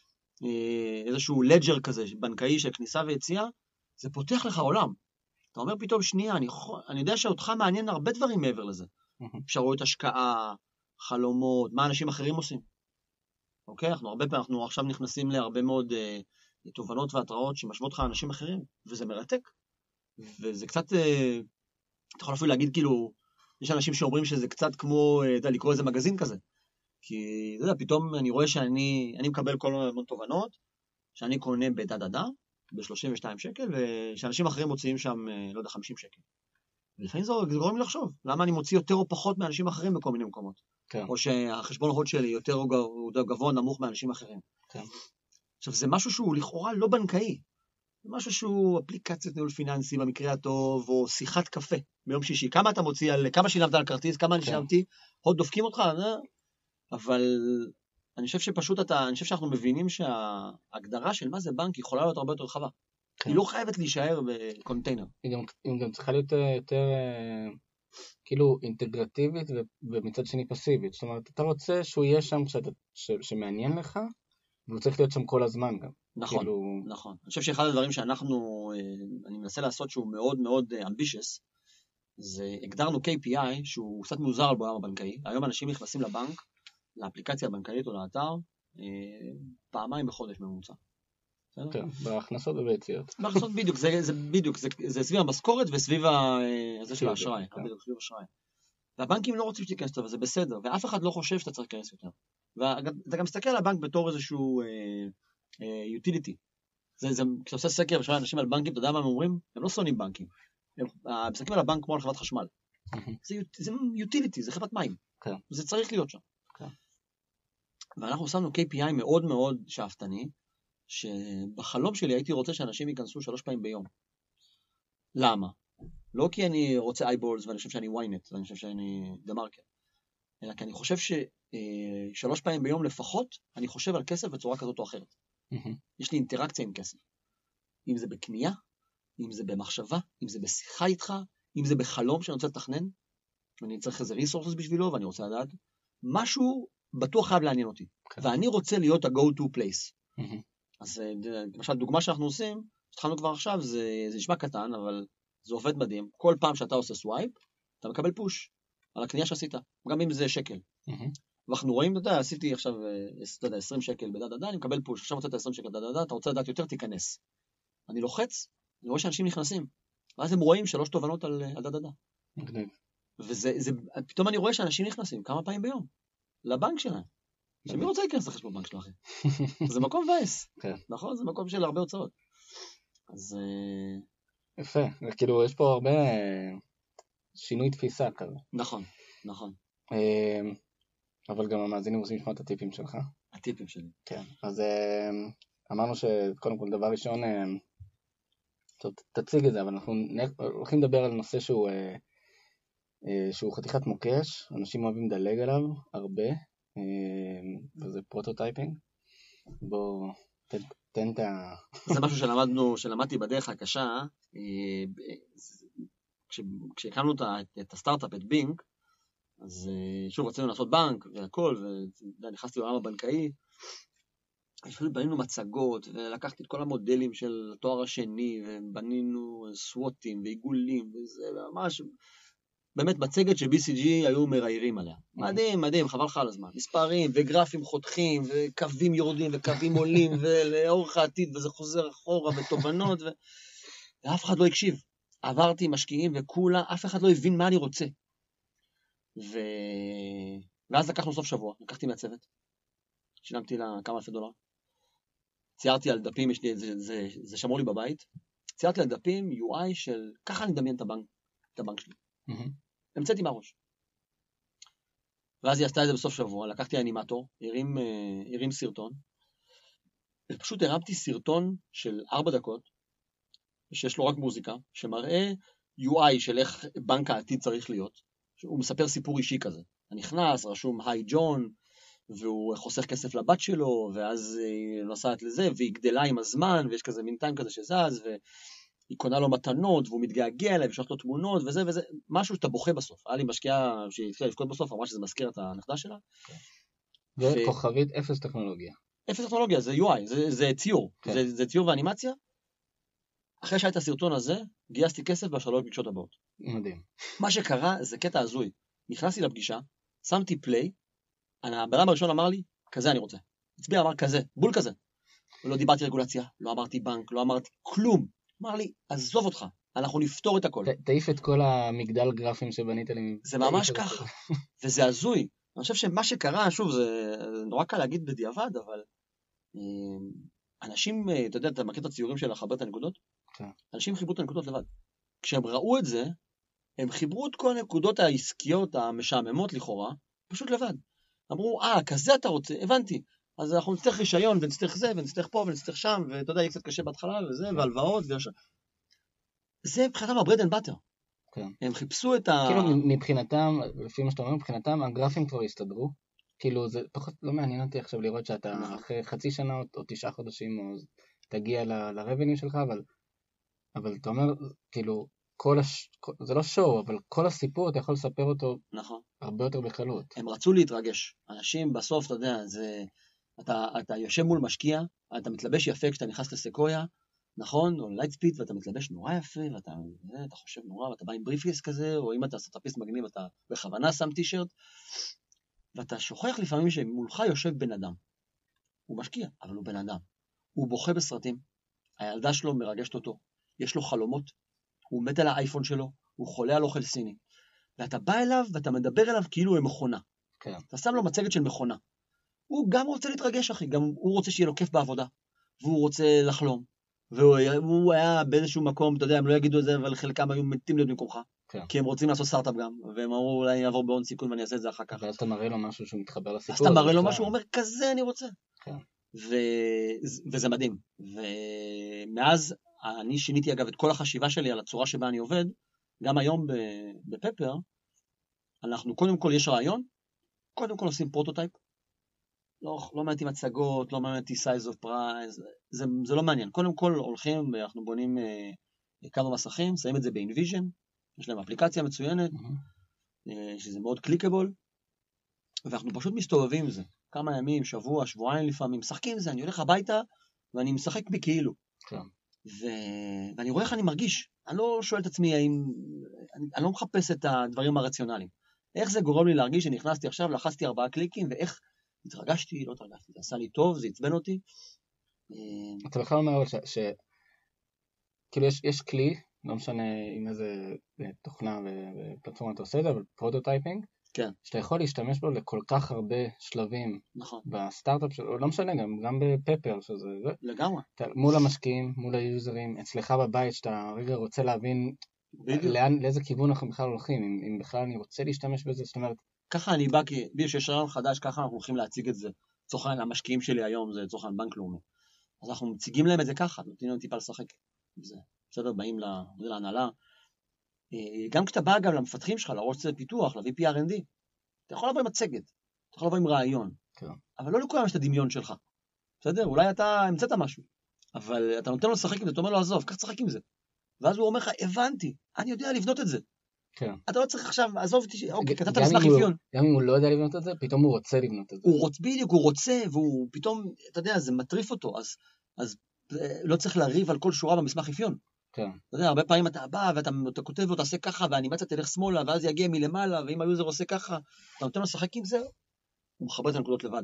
[SPEAKER 2] איזשהו לג'ר כזה, בנקאי של כניסה ויציאה, זה פותח לך עולם. אתה אומר פתאום, שנייה, אני יודע שאותך מעניין הרבה דברים מעבר לזה. אפשרויות השקעה, חלומות, מה אנשים אחרים עושים. אוקיי? אנחנו עכשיו נכנסים להרבה מאוד תובנות והתראות שמשוות לך אנשים אחרים, וזה מרתק. וזה קצת, אתה יכול אפילו להגיד כאילו, יש אנשים שאומרים שזה קצת כמו, לקרוא איזה מגזין כזה. כי, אתה יודע, פתאום אני רואה שאני מקבל כל מיני תובנות, שאני קונה בדדדה, ב-32 שקל, ושאנשים אחרים מוציאים שם, לא יודע, 50 שקל. ולפעמים זה גורם לי לחשוב, למה אני מוציא יותר או פחות מאנשים אחרים בכל מיני מקומות.
[SPEAKER 3] כן.
[SPEAKER 2] או שהחשבון החוד שלי יותר גבוה נמוך מאנשים אחרים.
[SPEAKER 3] כן.
[SPEAKER 2] עכשיו, זה משהו שהוא לכאורה לא בנקאי. זה משהו שהוא אפליקציית ניהול פיננסי במקרה הטוב, או שיחת קפה ביום שישי. כמה אתה מוציא כמה שילמת על כרטיס, כמה אני שילמתי, עוד דופקים אותך, אבל אני חושב שפשוט אני חושב שאנחנו מבינים שההגדרה של מה זה בנק יכולה להיות הרבה יותר רחבה. היא לא חייבת להישאר בקונטיינר.
[SPEAKER 3] היא גם צריכה להיות יותר כאילו אינטגרטיבית ומצד שני פסיבית. זאת אומרת, אתה רוצה שהוא יהיה שם שמעניין לך, והוא צריך להיות שם כל הזמן גם.
[SPEAKER 2] נכון, נכון. אני חושב שאחד הדברים אני מנסה לעשות שהוא מאוד מאוד אמבישס, זה הגדרנו KPI שהוא קצת מוזר בעולם הבנקאי. היום אנשים נכנסים לבנק, לאפליקציה הבנקאית או לאתר, פעמיים בחודש ממוצע.
[SPEAKER 3] כן, בהכנסות וביציאות.
[SPEAKER 2] בהכנסות בדיוק, זה סביב המשכורת וסביב זה של האשראי. בדיוק, סביב האשראי. והבנקים לא רוצים שתיכנס טוב, וזה בסדר, ואף אחד לא חושב שאתה צריך להיכנס יותר. ואתה גם מסתכל על הבנק בתור איזשהו utility. כשאתה עושה סקר ושואל אנשים על בנקים, אתה יודע מה הם אומרים? הם לא שונאים בנקים. הם מסתכלים על הבנק כמו על חברת חשמל. זה utility, זה חברת מים. זה צריך להיות שם. ואנחנו שמנו KPI מאוד מאוד שאפתני, שבחלום שלי הייתי רוצה שאנשים ייכנסו 3 פעמים ביום. למה? לא כי אני רוצה eyeballs ואני חושב שאני ynet, ואני חושב שאני the market, אלא כי אני חושב ש3 פעמים ביום לפחות, אני חושב על כסף בצורה כזאת או אחרת. יש לי אינטראקציה עם כסף. אם זה בקנייה, אם זה במחשבה, אם זה בשיחה איתך, אם זה בחלום שאני רוצה לתכנן, ואני צריך איזה resources בשבילו, ואני רוצה לדעת, משהו בטוח חייב לעניין אותי. ואני רוצה להיות ה-go-to place. אז למשל, דוגמה שאנחנו עושים, התחלנו כבר עכשיו, זה נשמע קטן, אבל זה עובד מדהים. כל פעם שאתה עושה סווייפ, אתה מקבל פוש על הקנייה שעשית, גם אם זה שקל. ואנחנו רואים, אתה יודע, עשיתי עכשיו 20 שקל בדדדה, אני מקבל פוש, עכשיו רוצה 20 שקל בדדדה, אתה רוצה לדעת יותר, תיכנס. אני לוחץ, אני רואה שאנשים נכנסים, ואז הם רואים 3 תובנות על דדדה. ופתאום אני רואה שאנשים נכנסים כמה פעמים ביום, לבנק שלהם. שמי רוצה להיכנס לחשבון בנק שלו, אחי? זה מקום וייס, נכון? זה מקום של הרבה הוצאות. אז
[SPEAKER 3] יפה, כאילו יש פה הרבה שינוי תפיסה כזה.
[SPEAKER 2] נכון, נכון.
[SPEAKER 3] אבל גם המאזינים רוצים לשמוע את הטיפים שלך.
[SPEAKER 2] הטיפים שלי. כן.
[SPEAKER 3] אז אמרנו שקודם כל דבר ראשון, תציג את זה, אבל אנחנו הולכים לדבר על נושא שהוא חתיכת מוקש, אנשים אוהבים לדלג עליו הרבה, וזה פרוטוטייפינג. בוא תן את ה...
[SPEAKER 2] זה משהו שלמדתי בדרך הקשה, כשהקמנו את הסטארט-אפ, את בינג, אז שוב רצינו לעשות בנק והכל, ונכנסתי לעולם הבנקאי, אפילו בנינו מצגות, ולקחתי את כל המודלים של התואר השני, ובנינו סווטים ועיגולים, וזה ממש, באמת מצגת ש-BCG היו מראיירים עליה. מדהים, מדהים, חבל לך על הזמן. מספרים וגרפים חותכים, וקווים יורדים, וקווים עולים, ולאורך העתיד, וזה חוזר אחורה, ותובנות, ואף אחד לא הקשיב. עברתי משקיעים וכולה, אף אחד לא הבין מה אני רוצה. ואז לקחנו סוף שבוע, לקחתי מהצוות, שילמתי לה כמה אלפי דולר, ציירתי על דפים, זה שמור לי בבית, ציירתי על דפים UI של, ככה אני מדמיין את הבנק שלי. המצאתי מהראש. ואז היא עשתה את זה בסוף שבוע, לקחתי אנימטור, הרים סרטון, ופשוט הרמתי סרטון של 4 דקות, שיש לו רק מוזיקה, שמראה UI של איך בנק העתיד צריך להיות, הוא מספר סיפור אישי כזה. אני נכנס, רשום היי ג'ון, והוא חוסך כסף לבת שלו, ואז היא נוסעת לזה, והיא גדלה עם הזמן, ויש כזה מין טיים כזה שזז, והיא קונה לו מתנות, והוא מתגעגע אליי, ושולח לו תמונות, וזה, משהו שאתה בוכה בסוף. היה לי משקיעה שהתחילה לבכות בסוף, אמרה שזה מזכיר את הנכדה שלה.
[SPEAKER 3] וכוכבית אפס טכנולוגיה.
[SPEAKER 2] אפס טכנולוגיה, זה UI, זה ציור. זה ציור ואנימציה. אחרי שהיית הסרטון הזה, גייסתי כסף בשלוש פגישות הבאות.
[SPEAKER 3] מדהים.
[SPEAKER 2] מה שקרה זה קטע הזוי. נכנסתי לפגישה, שמתי פליי, הבן הראשון אמר לי, כזה אני רוצה. הצביע, אמר כזה, בול כזה. ולא דיברתי רגולציה, לא אמרתי בנק, לא אמרתי כלום. אמר לי, עזוב אותך, אנחנו נפתור את הכל.
[SPEAKER 3] תעיף את כל המגדל גרפים שבנית לי.
[SPEAKER 2] זה ממש ככה, וזה הזוי. אני חושב שמה שקרה, שוב, זה נורא קל להגיד בדיעבד, אבל אנשים, אתה יודע, אתה מכיר את הציורים של לחבר את הנקודות? אנשים חיברו את הנקודות לבד. כשהם ראו את זה, הם חיברו את כל הנקודות העסקיות המשעממות לכאורה, פשוט לבד. אמרו, כזה אתה רוצה, הבנתי. אז אנחנו נצטרך רישיון, ונצטרך זה, ונצטרך פה, ונצטרך שם, ואתה יודע, יהיה קצת קשה בהתחלה, וזה, והלוואות, זה מבחינתם הברד אנד באטר. הם חיפשו את
[SPEAKER 3] כאילו מבחינתם, לפי מה שאתה אומר, מבחינתם הגרפים כבר הסתדרו. כאילו זה פחות לא מעניין אותי עכשיו לראות שאתה אחרי חצי שנה או 9 חודשים, או תגיע לרבניו שלך, אבל אתה אומר, כאילו, זה לא שואו, אבל כל הסיפור אתה יכול לספר אותו הרבה יותר בקלות.
[SPEAKER 2] הם רצו להתרגש. אנשים בסוף, אתה יודע, אתה יושב מול משקיע, אתה מתלבש יפה כשאתה נכנס לסקויה, נכון? או לייטספיד, ואתה מתלבש נורא יפה, ואתה חושב נורא, ואתה בא עם בריפיס כזה, או אם אתה סטאפיסט מגניב, אתה בכוונה שם טישרט, ואתה שוכח לפעמים שמולך יושב בן אדם. הוא משקיע, אבל הוא בן אדם. הוא בוכה בסרטים, הילדה שלו מרגשת אותו, יש לו חלומות, הוא מת על האייפון שלו, הוא חולה על אוכל סיני. ואתה בא אליו ואתה מדבר אליו כאילו הוא מכונה.
[SPEAKER 3] כן.
[SPEAKER 2] אתה שם לו מצגת של מכונה. הוא גם רוצה להתרגש, אחי, גם הוא רוצה שיהיה לו כיף בעבודה, והוא רוצה לחלום, והוא היה באיזשהו מקום, אתה יודע, הם לא יגידו את זה, אבל חלקם היו מתים להיות במקומך,
[SPEAKER 3] כן.
[SPEAKER 2] כי הם רוצים לעשות סטארט-אפ גם, והם אמרו, אולי אני אעבור בהון סיכון ואני אעשה את זה אחר כך.
[SPEAKER 3] ואז אתה מראה לו משהו שהוא מתחבר לסיפור.
[SPEAKER 2] אז אתה מראה לו משהו, הוא אומר, כזה אני רוצה.
[SPEAKER 3] כן.
[SPEAKER 2] וזה מדהים. ומאז אני שיניתי אגב את כל החשיבה שלי על הצורה שבה אני עובד, גם היום בפפר, אנחנו קודם כל יש רעיון, קודם כל עושים פרוטוטייפ, לא מעטים מצגות, לא מעטים size of price, זה לא מעניין. קודם כל הולכים ואנחנו בונים כמה מסכים, שמים את זה ב-InVision, יש להם אפליקציה מצוינת, שזה מאוד קליקable, ואנחנו פשוט מסתובבים עם זה. כמה ימים, שבוע, שבועיים לפעמים, משחקים עם זה, אני הולך הביתה ואני משחק בי כאילו.
[SPEAKER 3] כן.
[SPEAKER 2] ואני רואה איך אני מרגיש. אני לא שואל את עצמי אני לא מחפש את הדברים הרציונליים. איך זה גורם לי להרגיש שנכנסתי עכשיו, לחצתי 4 קליקים, ואיך התרגשתי, לא התרגשתי, זה עשה לי טוב, זה עצבן אותי.
[SPEAKER 3] אתה בכלל אומר כאילו יש כלי, לא משנה עם איזה תוכנה ופלטפורמה אתה עושה את זה, אבל פרוטוטייפינג,
[SPEAKER 2] כן.
[SPEAKER 3] שאתה יכול להשתמש בו לכל כך הרבה שלבים,
[SPEAKER 2] נכון.
[SPEAKER 3] בסטארט-אפ שלו, לא משנה, גם בפפר, שזה זה.
[SPEAKER 2] לגמרי.
[SPEAKER 3] מול המשקיעים, מול היוזרים, אצלך בבית, שאתה רגע רוצה להבין לאיזה כיוון אנחנו בכלל הולכים, אם בכלל אני רוצה להשתמש בזה, זאת אומרת,
[SPEAKER 2] ככה אני בא, כי יש רעיון חדש, ככה אנחנו הולכים להציג את זה. לצורך העניין, המשקיעים שלי היום זה לצורך העניין בנק לאומי. אז אנחנו מציגים להם את זה ככה, נותנים להם טיפה לשחק עם זה. בסדר, באים להנהלה. גם כשאתה בא גם למפתחים שלך, לראש צוות פיתוח, ל-VP R&D, אתה יכול לבוא עם מצגת, אתה יכול לבוא עם רעיון.
[SPEAKER 3] כן.
[SPEAKER 2] אבל לא לכולם יש את הדמיון שלך. בסדר, אולי אתה המצאת משהו, אבל אתה נותן לו לשחק עם זה, אתה אומר לו, עזוב, כך תשחק עם זה. ואז הוא אומר לך, הבנתי, אני יודע לבנות את זה.
[SPEAKER 3] כן.
[SPEAKER 2] אתה לא צריך עכשיו, עזוב אותי, אוקיי, כתבת מסמך אפיון.
[SPEAKER 3] גם אם הוא לא יודע לבנות את זה, פתאום הוא רוצה לבנות את זה.
[SPEAKER 2] בדיוק, הוא רוצה, והוא פתאום, אתה יודע, זה מטריף אותו, אז לא צריך להריב על כל שורה במסמך אפיון.
[SPEAKER 3] כן.
[SPEAKER 2] אתה יודע, הרבה פעמים אתה בא, ואתה כותב ואתה עושה ככה, והאנימציה תלך שמאלה, ואז יגיע מלמעלה, ואם היוזר עושה ככה, אתה נותן לו לשחק עם זה, הוא מחבר את הנקודות לבד.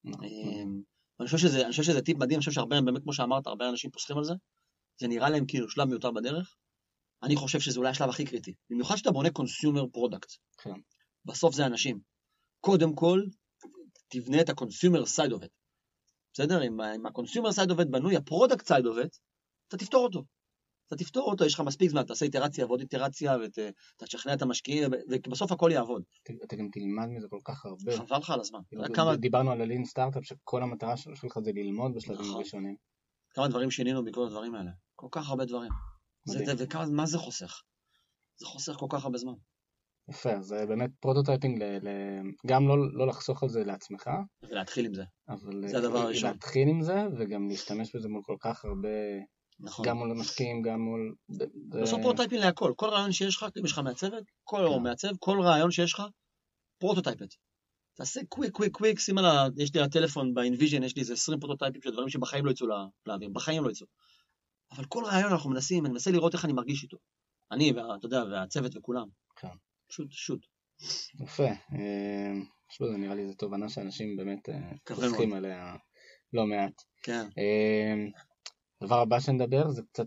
[SPEAKER 2] אני חושב שזה טיפ מדהים, אני חושב שהרבה, באמת כמו שאמרת, הרבה אנשים פוסחים על זה, זה נראה להם כאילו שלב מיותר בדרך, אני חושב שזה אולי השלב הכי קריטי, במיוחד שאתה בונה consumer product,
[SPEAKER 3] כן.
[SPEAKER 2] בסוף זה אנשים, קודם כל, תבנה את ה-consumer side of it, בסדר? אם ה-consumer side of it בנוי, ה-product side of it, אתה תפתור אותו, יש לך מספיק זמן, תעשה איטרציה ועוד איטרציה, ואתה תשכנע את המשקיעים, ובסוף הכל יעבוד.
[SPEAKER 3] אתה גם תלמד מזה כל כך הרבה.
[SPEAKER 2] חבל לך על הזמן.
[SPEAKER 3] דיברנו על הלין סטארט-אפ, שכל המטרה שלך זה ללמוד בשלבים ראשונים.
[SPEAKER 2] כמה דברים שינינו בכל הדברים האלה. כל כך הרבה דברים. ומה זה חוסך? זה חוסך כל כך הרבה זמן.
[SPEAKER 3] יפה, זה באמת פרוטוטייפינג, גם לא לחסוך על זה לעצמך.
[SPEAKER 2] ולהתחיל עם זה.
[SPEAKER 3] זה הדבר הראשון. להתחיל עם זה, וגם להשתמש בזה מול כל כך הרבה...
[SPEAKER 2] נכון.
[SPEAKER 3] גם מול המשקיעים, גם מול...
[SPEAKER 2] לעשות פרוטוטייפים להכל. כל רעיון שיש לך, אם יש לך מעצבת, כל רעיון שיש לך, פרוטוטייפת. תעשה קוויק, שים על יש לי הטלפון ב-InVision, יש לי איזה 20 פרוטוטייפים של דברים שבחיים לא יצאו לאוויר, בחיים לא יצאו. אבל כל רעיון אנחנו מנסים, אני מנסה לראות איך אני מרגיש איתו. אני, אתה יודע, והצוות וכולם.
[SPEAKER 3] כן.
[SPEAKER 2] שוט.
[SPEAKER 3] יפה. זה נראה לי זו תובנה שאנשים באמת חוסכים עליה לא מעט.
[SPEAKER 2] כן.
[SPEAKER 3] הדבר הבא שנדבר זה קצת,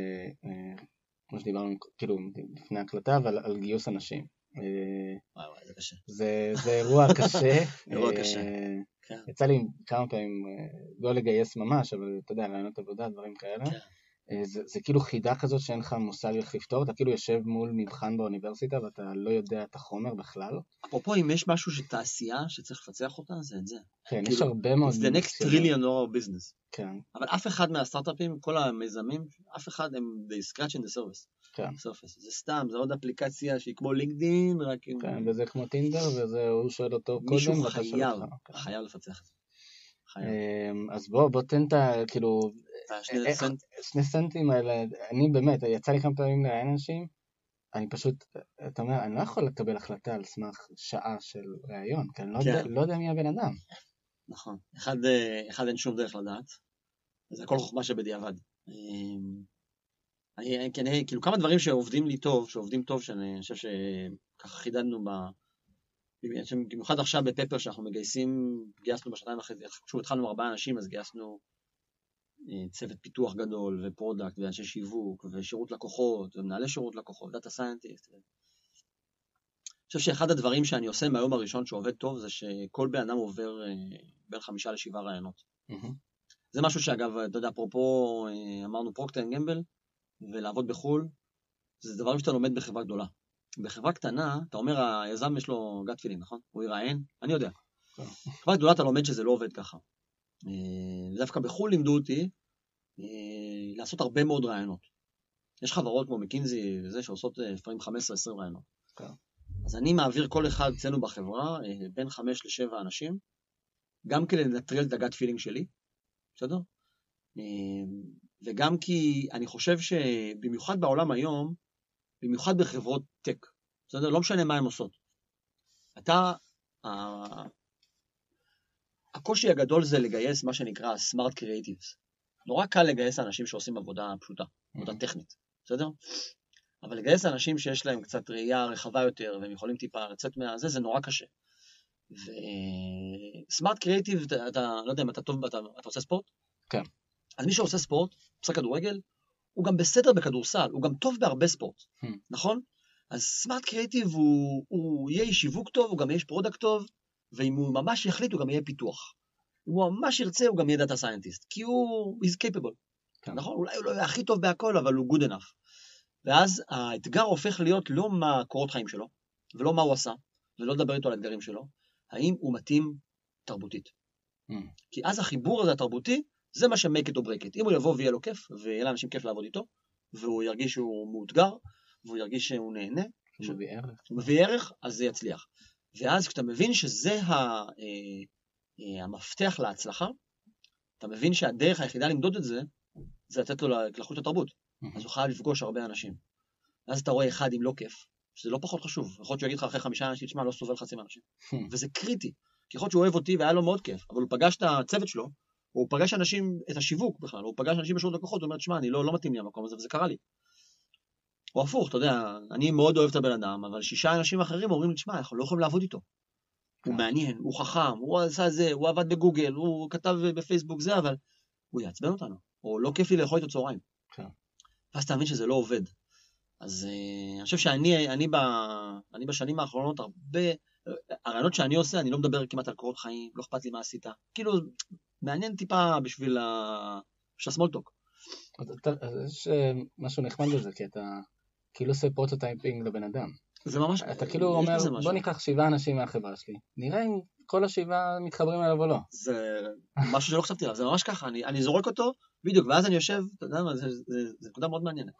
[SPEAKER 3] כמו שדיברנו כאילו לפני הקלטה, אבל על גיוס אנשים.
[SPEAKER 2] וואי, זה קשה.
[SPEAKER 3] זה אירוע קשה.
[SPEAKER 2] אירוע קשה.
[SPEAKER 3] יצא לי כמה פעמים לא לגייס ממש, אבל אתה יודע, רעיונות עבודה, דברים כאלה. זה כאילו חידה כזאת שאין לך מושג איך לפתור, אתה כאילו יושב מול מבחן באוניברסיטה ואתה לא יודע את החומר בכלל.
[SPEAKER 2] אפרופו, אם יש משהו שתעשייה שצריך לפצח אותה, זה את זה.
[SPEAKER 3] כן, יש הרבה מאוד...
[SPEAKER 2] It's the next trillion dollar business.
[SPEAKER 3] כן.
[SPEAKER 2] אבל אף אחד מהסטארט-אפים, כל המיזמים, אף אחד הם they scratch in the surface.
[SPEAKER 3] כן.
[SPEAKER 2] זה סתם, זה עוד אפליקציה שהיא כמו לינקדין, רק עם...
[SPEAKER 3] כן, וזה כמו טינדר, וזה הוא שואל אותו קודם.
[SPEAKER 2] מישהו חייב לפצח את זה.
[SPEAKER 3] אז בוא תן את ה... כאילו... שני סנטים האלה, אני באמת, יצא לי כמה פעמים לראיין אנשים, אני פשוט, אתה אומר, אני לא יכול לקבל החלטה על סמך שעה של ראיון, כי אני לא יודע מי הבן אדם.
[SPEAKER 2] נכון, אחד אין שום דרך לדעת, זה הכל חוכמה שבדיעבד. כאילו כמה דברים שעובדים לי טוב, שעובדים טוב, שאני חושב שככה חידדנו במיוחד עכשיו בפפר שאנחנו גייסנו בשנתיים וחצי, שוב התחלנו 4 אנשים, אז גייסנו צוות פיתוח גדול, ופרודקט, ואנשי שיווק, ושירות לקוחות, ומנהלי שירות לקוחות, דאטה סיינטיסט. אני חושב שאחד הדברים שאני עושה מהיום הראשון שעובד טוב, זה שכל בן אדם עובר בין 5 ל7 רעיונות. זה משהו שאגב, אתה יודע, אפרופו, אמרנו פרוקטר אנד גמבל, ולעבוד בחול, זה דבר שאתה לומד בחברה גדולה. בחברה קטנה, אתה אומר, היזם יש לו גאט פילינג, נכון? הוא יראיין, אני יודע. בחברה גדולה אתה לומד שזה לא עובד ככה. דווקא בחול לימדו אותי לעשות הרבה מאוד רעיונות. יש חברות כמו מקינזי וזה שעושות לפעמים 15-20 רעיונות. אז אני מעביר כל אחד אצלנו בחברה בין 5 ל7 אנשים, גם כדי לנטרל את הגאט פילינג שלי, בסדר? וגם כי אני חושב שבמיוחד בעולם היום, במיוחד בחברות טק, בסדר? לא משנה מה הן עושות. הקושי הגדול זה לגייס מה שנקרא smart creatives. נורא קל לגייס אנשים שעושים עבודה פשוטה, עבודה טכנית, בסדר? אבל לגייס אנשים שיש להם קצת ראייה רחבה יותר, והם יכולים טיפה לצאת מהזה, זה נורא קשה. וסמארט קריאיטיב, אתה לא יודע אם אתה טוב, אתה עושה ספורט?
[SPEAKER 3] כן.
[SPEAKER 2] אז מי שעושה ספורט, עושה כדורגל, הוא גם בסדר בכדורסל, הוא גם טוב בהרבה ספורט, נכון? אז סמארט קריאיטיב הוא יהיה איש שיווק טוב, הוא גם יהיה איש פרודקט טוב, ואם הוא ממש יחליט, הוא גם יהיה פיתוח. אם הוא ממש ירצה, הוא גם יהיה דאטה סיינטיסט, כי הוא is capable, נכון? אולי הוא לא יהיה הכי טוב בהכל, אבל הוא good enough. ואז האתגר הופך להיות לא מה קורות חיים שלו, ולא מה הוא עשה, ולא לדבר איתו על האתגרים שלו, האם הוא מתאים תרבותית. כי אז החיבור הזה התרבותי, זה מה ש-make it or break it. אם הוא יבוא ויהיה לו כיף, ויהיה לאנשים כיף לעבוד איתו, והוא ירגיש שהוא מאותגר, והוא ירגיש שהוא נהנה, הוא מביא ערך, אז זה יצליח. ואז כשאתה מבין שזה המפתח להצלחה, אתה מבין שהדרך היחידה למדוד את זה, זה לתת לו לחוש התרבות. אז הוא חייב לפגוש הרבה אנשים. ואז אתה רואה אחד עם לא כיף, שזה לא פחות חשוב. יכול להיות שהוא יגיד לך אחרי 5 אנשים, תשמע, לא סובל חצי מהאנשים. וזה קריטי. כי יכול להיות שהוא אוהב אותי והיה לו מאוד כיף, אבל הוא פגש את הצוות שלו, הוא פגש אנשים, את השיווק בכלל, הוא פגש אנשים בשירות לקוחות, הוא אומר, תשמע, אני לא מתאים לי המקום הזה, וזה קרה לי. הוא הפוך, אתה יודע, אני מאוד אוהב את הבן אדם, אבל 6 אנשים אחרים אומרים לי, תשמע, אנחנו לא יכולים לעבוד איתו. הוא מעניין, הוא חכם, הוא עשה זה, הוא עבד בגוגל, הוא כתב בפייסבוק זה, אבל הוא יעצבן אותנו, או לא כיף לי לאכול איתו צהריים. ואז אתה מבין שזה לא עובד. אז אני חושב שאני בשנים האחרונות הרבה, הרעיונות שאני עושה, אני לא מדבר כמעט על קורות חיים, לא אכפת לי מה עשית. כאילו, מעניין טיפה בשביל הסמולטוק.
[SPEAKER 3] אז יש משהו נחמד בזה, כי אתה כאילו עושה פרוטוטייפינג לבן אדם.
[SPEAKER 2] זה ממש...
[SPEAKER 3] אתה כאילו אומר, בוא ניקח 7 אנשים מהחברה שלי, נראה אם כל 7 מתחברים אליו או לא.
[SPEAKER 2] זה משהו שלא חשבתי עליו, זה ממש ככה, אני זורק אותו, בדיוק, ואז אני יושב, אתה יודע מה, זה נקודה מאוד מעניינת.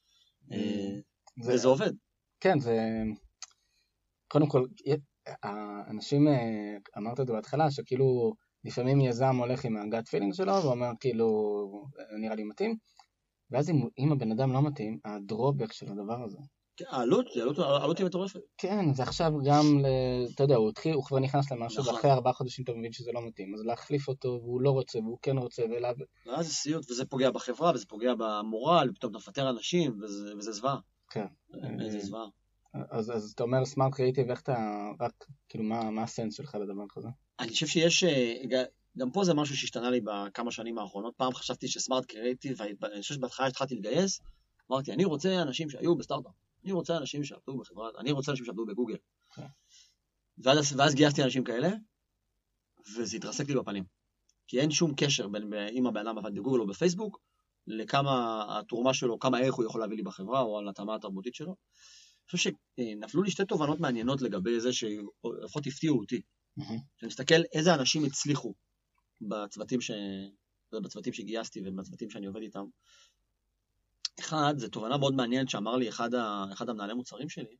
[SPEAKER 2] וזה עובד.
[SPEAKER 3] כן, זה... קודם כל, האנשים, אמרת את זה בהתחלה, שכאילו לפעמים יזם הולך עם הגאט פילינג שלו, ואומר כאילו, נראה לי מתאים, ואז אם הבן אדם לא מתאים, הדרובק של הדבר הזה.
[SPEAKER 2] העלות היא מטורפת.
[SPEAKER 3] כן, זה עכשיו גם, אתה יודע, הוא כבר נכנס למשהו, ואחרי 4 חודשים אתה מבין שזה לא מתאים, אז להחליף אותו, והוא לא רוצה, והוא כן רוצה,
[SPEAKER 2] ואז זה סיוט, וזה פוגע בחברה, וזה פוגע במורל, ופתאום נפטר אנשים, וזה זוועה.
[SPEAKER 3] כן.
[SPEAKER 2] זה זוועה.
[SPEAKER 3] אז אתה אומר סמארט קריאיטיב, איך אתה, רק, כאילו, מה הסנס שלך לדבר כזה?
[SPEAKER 2] אני חושב שיש, גם פה זה משהו שהשתנה לי בכמה שנים האחרונות, פעם חשבתי שסמארט קריאיטיב, אני חושב שבהתחלה התחלתי לגייס, אמרתי, אני רוצה אנשים שהיו בסטארט-אפ, אני רוצה אנשים שעבדו בחברה, אני רוצה אנשים שעבדו בגוגל. ואז גייסתי אנשים כאלה, וזה התרסק לי בפנים. כי אין שום קשר בין אם הבן אדם עבד בגוגל או בפייסבוק, לכמה התרומה שלו, כמה ערך הוא יכול להביא לי בחברה, או על התאמה התרבותית שלו. אני חושב שנפלו לי 2 תובנות מעניינות לגבי זה, שלפחות הפתיעו אותי. שאני מסתכל איזה אנשים הצליחו בצוותים שגייסתי ובצוותים שאני עובד איתם. אחד, זו תובנה מאוד מעניינת שאמר לי אחד המנהלי מוצרים שלי,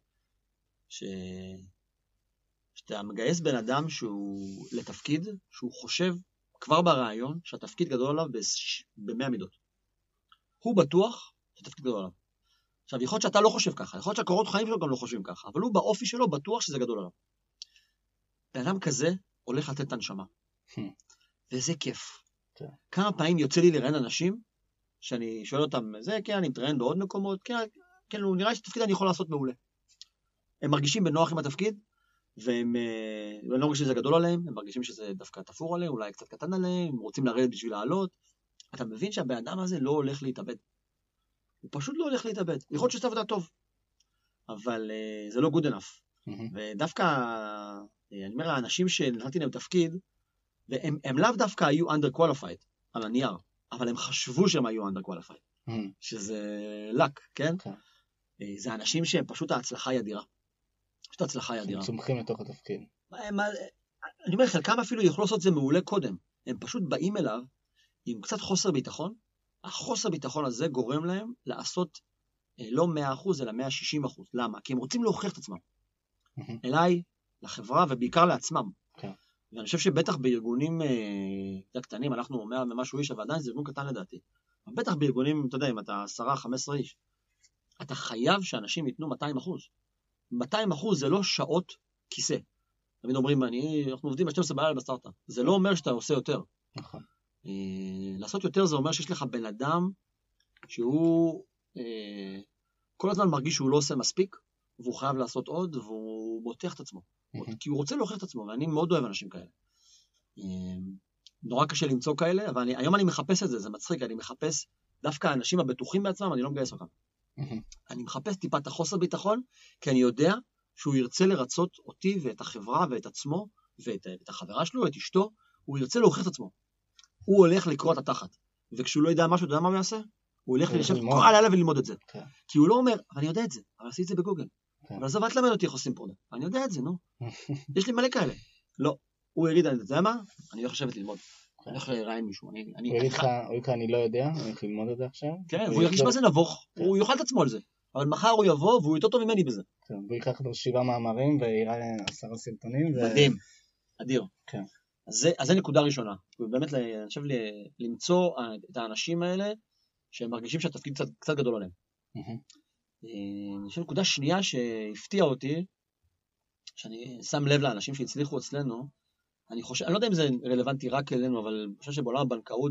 [SPEAKER 2] שאתה מגייס בן אדם שהוא לתפקיד, שהוא חושב כבר ברעיון שהתפקיד גדול עליו ב100 מידות. הוא בטוח שהתפקיד גדול עליו. עכשיו, יכול להיות שאתה לא חושב ככה, יכול להיות שהקורות חיים שלו גם לא חושבים ככה, אבל הוא באופי שלו בטוח שזה גדול עליו. בן אדם כזה הולך לתת את הנשמה. וזה כיף. כמה פעמים יוצא לי לראיין אנשים, שאני שואל אותם, זה כן, אני מתראיין בעוד מקומות, כן, נראה לי שתפקיד אני יכול לעשות מעולה. הם מרגישים בנוח עם התפקיד, והם לא מרגישים שזה גדול עליהם, הם מרגישים שזה דווקא תפור עליהם, אולי קצת קטן עליהם, הם רוצים לרדת בשביל לעלות. אתה מבין שהבן אדם הזה לא הולך להתאבד. הוא פשוט לא הולך להתאבד. יכול להיות שזה עבודה טוב, אבל זה לא good enough. ודווקא, אני אומר, האנשים שנתתי להם תפקיד, והם לאו דווקא היו under-qualified על הנייר, אבל הם חשבו שהם היו under-qualified, שזה לק, כן? זה אנשים שהם פשוט ההצלחה היא אדירה. פשוט ההצלחה היא אדירה.
[SPEAKER 3] צומחים לתוך התפקיד.
[SPEAKER 2] אני אומר, חלקם אפילו יכולו לעשות זה מעולה קודם. הם פשוט באים אליו עם קצת חוסר ביטחון. החוסר ביטחון הזה גורם להם לעשות לא 100%, אלא 160%. למה? כי הם רוצים להוכיח את עצמם. אליי, לחברה, ובעיקר לעצמם. ואני חושב שבטח בארגונים קטנים, אנחנו 100 ומשהו איש, אבל עדיין זה ארגון קטן לדעתי. אבל בטח בארגונים, אתה יודע, אם אתה 10-15 איש, אתה חייב שאנשים ייתנו 200%. 200% זה לא שעות כיסא. תמיד אומרים, אנחנו עובדים ב-12 בלילה בסטארט-אפ. זה לא אומר שאתה עושה יותר.
[SPEAKER 3] נכון.
[SPEAKER 2] לעשות יותר זה אומר שיש לך בן אדם שהוא כל הזמן מרגיש שהוא לא עושה מספיק, והוא חייב לעשות עוד, והוא מותח את עצמו. כי הוא רוצה להוכיח את עצמו, ואני מאוד אוהב אנשים כאלה. נורא קשה למצוא כאלה, אבל היום אני מחפש את זה, זה מצחיק, אני מחפש דווקא האנשים הבטוחים בעצמם, אני לא מגייס אותם. אני מחפש טיפה את החוסר ביטחון, כי אני יודע שהוא ירצה לרצות אותי ואת החברה ואת עצמו, ואת החברה שלו, את אשתו, הוא ירצה להוכיח את עצמו. הוא הולך לקרוא את התחת, וכשהוא לא ידע משהו, אתה יודע מה הוא יעשה? הוא הולך לשבת כל הלילה וללמוד את זה. כי הוא לא אומר, אבל אני יודע את זה, אבל עשיתי את זה בגוגל. אבל עזוב, את למד אותי איך עושים פרודה. אני יודע את זה, נו. יש לי מלא כאלה. לא. הוא יגיד, אתה יודע מה? אני הולך לשבת ללמוד. אני הולך לראיין מישהו. הוא
[SPEAKER 3] יגיד לך, אני לא יודע, אני הולך ללמוד את זה עכשיו.
[SPEAKER 2] כן, והוא ירגיש מה זה נבוך. הוא יאכל את עצמו על זה. אבל מחר הוא יבוא, והוא יותר טוב ממני בזה.
[SPEAKER 3] והוא ייקח לו 7 מאמרים, ויראה 10 סרטונים.
[SPEAKER 2] מדהים. אדיר. אז זה נקודה ראשונה. ובאמת, אני חושב למצוא את האנשים האלה, שהם מרגישים שהתפקיד קצת גדול עליהם. אני חושב נקודה שנייה שהפתיע אותי, שאני שם לב לאנשים שהצליחו אצלנו, אני לא יודע אם זה רלוונטי רק אלינו, אבל אני חושב שבעולם הבנקאות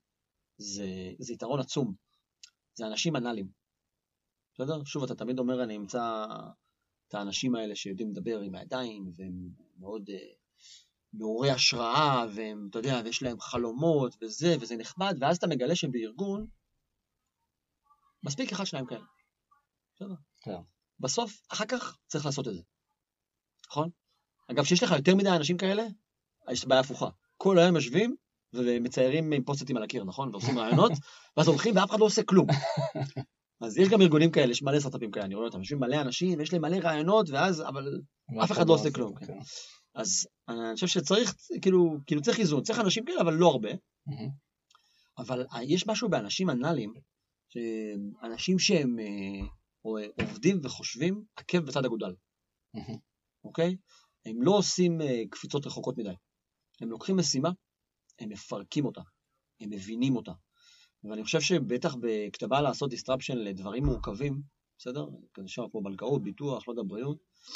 [SPEAKER 2] זה יתרון עצום. זה אנשים אנאליים. בסדר? שוב, אתה תמיד אומר, אני אמצא את האנשים האלה שיודעים לדבר עם הידיים, והם מאוד מעוררי השראה, והם, אתה יודע, ויש להם חלומות וזה נחמד, ואז אתה מגלה שהם בארגון, מספיק 1-2 כאלה. בסדר? בסוף, אחר כך צריך לעשות את זה. נכון? אגב, שיש לך יותר מדי אנשים כאלה, יש בעיה הפוכה. כל היום יושבים ומציירים עם פוסטים על הקיר, נכון? ועושים רעיונות, ואז הולכים ואף אחד לא עושה כלום. אז יש גם ארגונים כאלה, יש מלא סטארט-אפים כאלה, אני רואה אותם, יושבים מלא אנשים, ויש להם מלא רעיונות, ואז, אבל אף אחד לא עושה כלום. אז אני חושב שצריך, כאילו צריך איזון, צריך אנשים כאלה, אבל לא הרבה. אבל יש משהו באנשים אנאליים, אנשים שהם עובדים וחושבים עקב בצד אגודל. אוקיי? הם לא עושים קפיצות רחוקות מדי. הם לוקחים משימה, הם מפרקים אותה, הם מבינים אותה. ואני חושב שבטח כשאתה בא לעשות disruption לדברים מורכבים, בסדר? כזה שם כמו בנקאות, ביטוח, לא יודע, בריאות,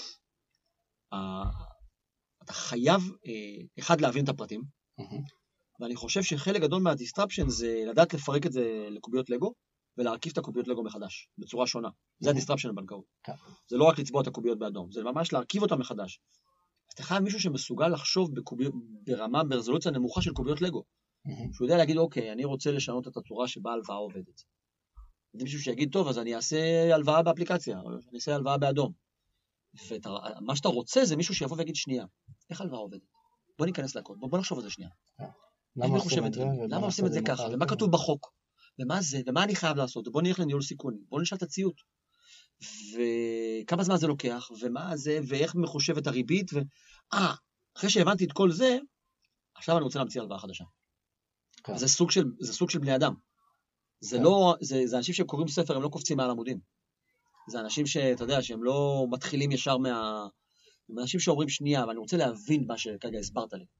[SPEAKER 2] אתה חייב, אחד, להבין את הפרטים, ואני חושב שחלק גדול מהדיסטרפשן זה לדעת לפרק את זה לקוביות לגו, ולהרכיב את הקוביות לגו מחדש, בצורה שונה. זה הדיסטרפשן לבנקאות. זה לא רק לצבוע את הקוביות באדום, זה ממש להרכיב אותם מחדש. אז אתה חייב מישהו שמסוגל לחשוב ברמה, ברזולוציה נמוכה של קוביות לגו. שהוא יודע להגיד, אוקיי, אני רוצה לשנות את הצורה שבה הלוואה עובדת. זה מישהו שיגיד, טוב, אז אני אעשה הלוואה באפליקציה, או אני אעשה הלוואה באדום. ומה שאתה רוצה זה מישהו שיבוא ויגיד, שנייה, איך הלוואה עובדת? בוא ניכנס להכל, בוא נחשוב על זה שנייה. למה עושים את זה ככה? ומה כתוב בחוק? ומה זה? ומה אני חייב לעשות? בוא נלך לניהול סיכונים, בוא נשאל את הציוט. וכמה זמן זה לוקח, ומה זה, ואיך מחושבת הריבית, אחרי שהבנתי את כל זה, עכשיו אני רוצה להמציא הלוואה חדשה. זה סוג של בני אדם. זה אנשים שקוראים ספר, הם לא קופצים מעל עמודים. זה אנשים שאתה יודע, שהם לא מתחילים ישר הם אנשים שאומרים שנייה, אבל אני רוצה להבין מה שכרגע הסברת לי.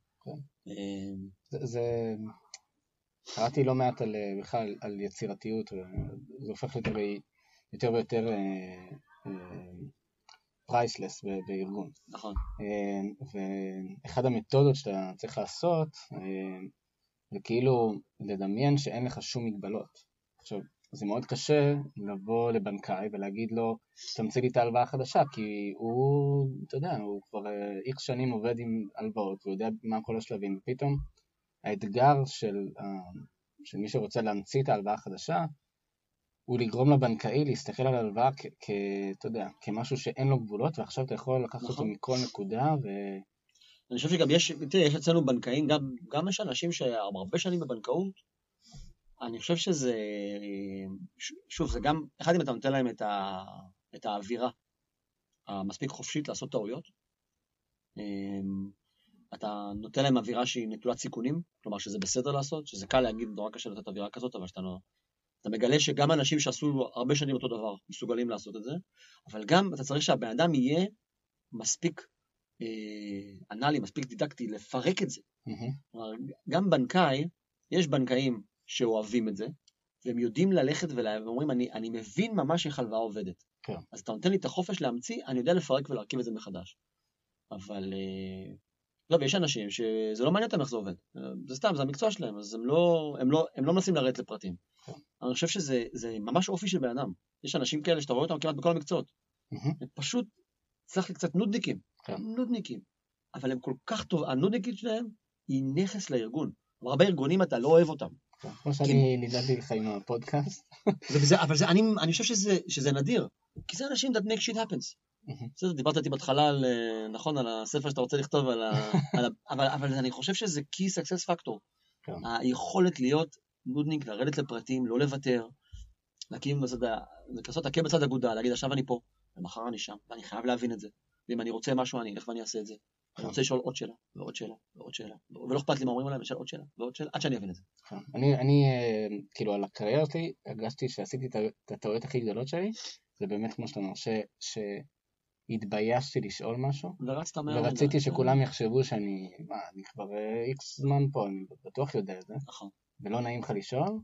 [SPEAKER 3] קראתי לא מעט בכלל על יצירתיות, זה הופך יותר ויותר פרייסלס בארגון.
[SPEAKER 2] נכון.
[SPEAKER 3] ואחד המתודות שאתה צריך לעשות, זה כאילו לדמיין שאין לך שום מגבלות. עכשיו, אז זה מאוד קשה לבוא לבנקאי ולהגיד לו, תמציא לי את ההלוואה החדשה, כי הוא, אתה יודע, הוא כבר איקס שנים עובד עם הלוואות, הוא יודע מה כל השלבים, ופתאום האתגר של מי שרוצה להמציא את ההלוואה החדשה, הוא לגרום לבנקאי להסתכל על ההלוואה אתה יודע, כמשהו שאין לו גבולות, ועכשיו אתה יכול לקחת אותו מכל נקודה,
[SPEAKER 2] אני חושב שגם יש אצלנו בנקאים, גם יש אנשים שהרבה שנים בבנקאות, אני חושב שזה, שוב, זה גם, אחד אם אתה נותן להם את האווירה המספיק חופשית לעשות טעויות, אתה נותן להם אווירה שהיא נטולת סיכונים, כלומר שזה בסדר לעשות, שזה קל להגיד, נורא קשה לתת אווירה כזאת, אבל אתה מגלה שגם אנשים שעשו הרבה שנים אותו דבר, מסוגלים לעשות את זה, אבל גם אתה צריך שהבן אדם יהיה מספיק אנלי, מספיק דידקטי, לפרק את זה. גם בנקאי, יש בנקאים שאוהבים את זה, והם יודעים ללכת ואומרים, אני מבין ממש איך הלוואה עובדת. אז אתה נותן לי את החופש להמציא, אני יודע לפרק ולהרכיב את זה מחדש. אבל, יש אנשים שזה לא מעניין אותם איך זה עובד. זה סתם, זה המקצוע שלהם, אז הם לא מנסים לרדת לפרטים. אני חושב שזה ממש אופי של בן אדם. יש אנשים כאלה שאתה רואה אותם כמעט בכל המקצועות. הם פשוט, צריך לי קצת נודניקים. נודניקים. אבל הם כל כך טוב, הנודניקית שלהם היא נכס לארגון. הרבה ארגונים אתה לא אוהב אותם.
[SPEAKER 3] כמו שאני נידלתי לך עם הפודקאסט.
[SPEAKER 2] אבל אני חושב שזה נדיר. כי זה אנשים that make shit happens. דיברת איתי בהתחלה נכון, על הספר שאתה רוצה לכתוב, אבל אני חושב שזה key success factor. היכולת להיות נודניק, לרדת לפרטים, לא לוותר, לעשות עקב בצד אגודה, להגיד עכשיו אני פה, ומחר אני שם, ואני חייב להבין את זה. ואם אני רוצה משהו, אני אלך ואני אעשה את זה. אני רוצה לשאול עוד שאלה, ועוד שאלה, ועוד שאלה, ולא אכפת לי מה אומרים עליי, ושאל עוד שאלה, ועוד שאלה, עד שאני אבין את זה.
[SPEAKER 3] אני, כאילו, על הקריירה שלי, הרגשתי שעשיתי את הטעויות הכי גדולות שלי, זה באמת כמו שאתה אומר, שהתביישתי לשאול משהו, ורציתי שכולם יחשבו שאני כבר איקס זמן פה, אני בטוח יודע את זה, ולא נעים לך לשאול,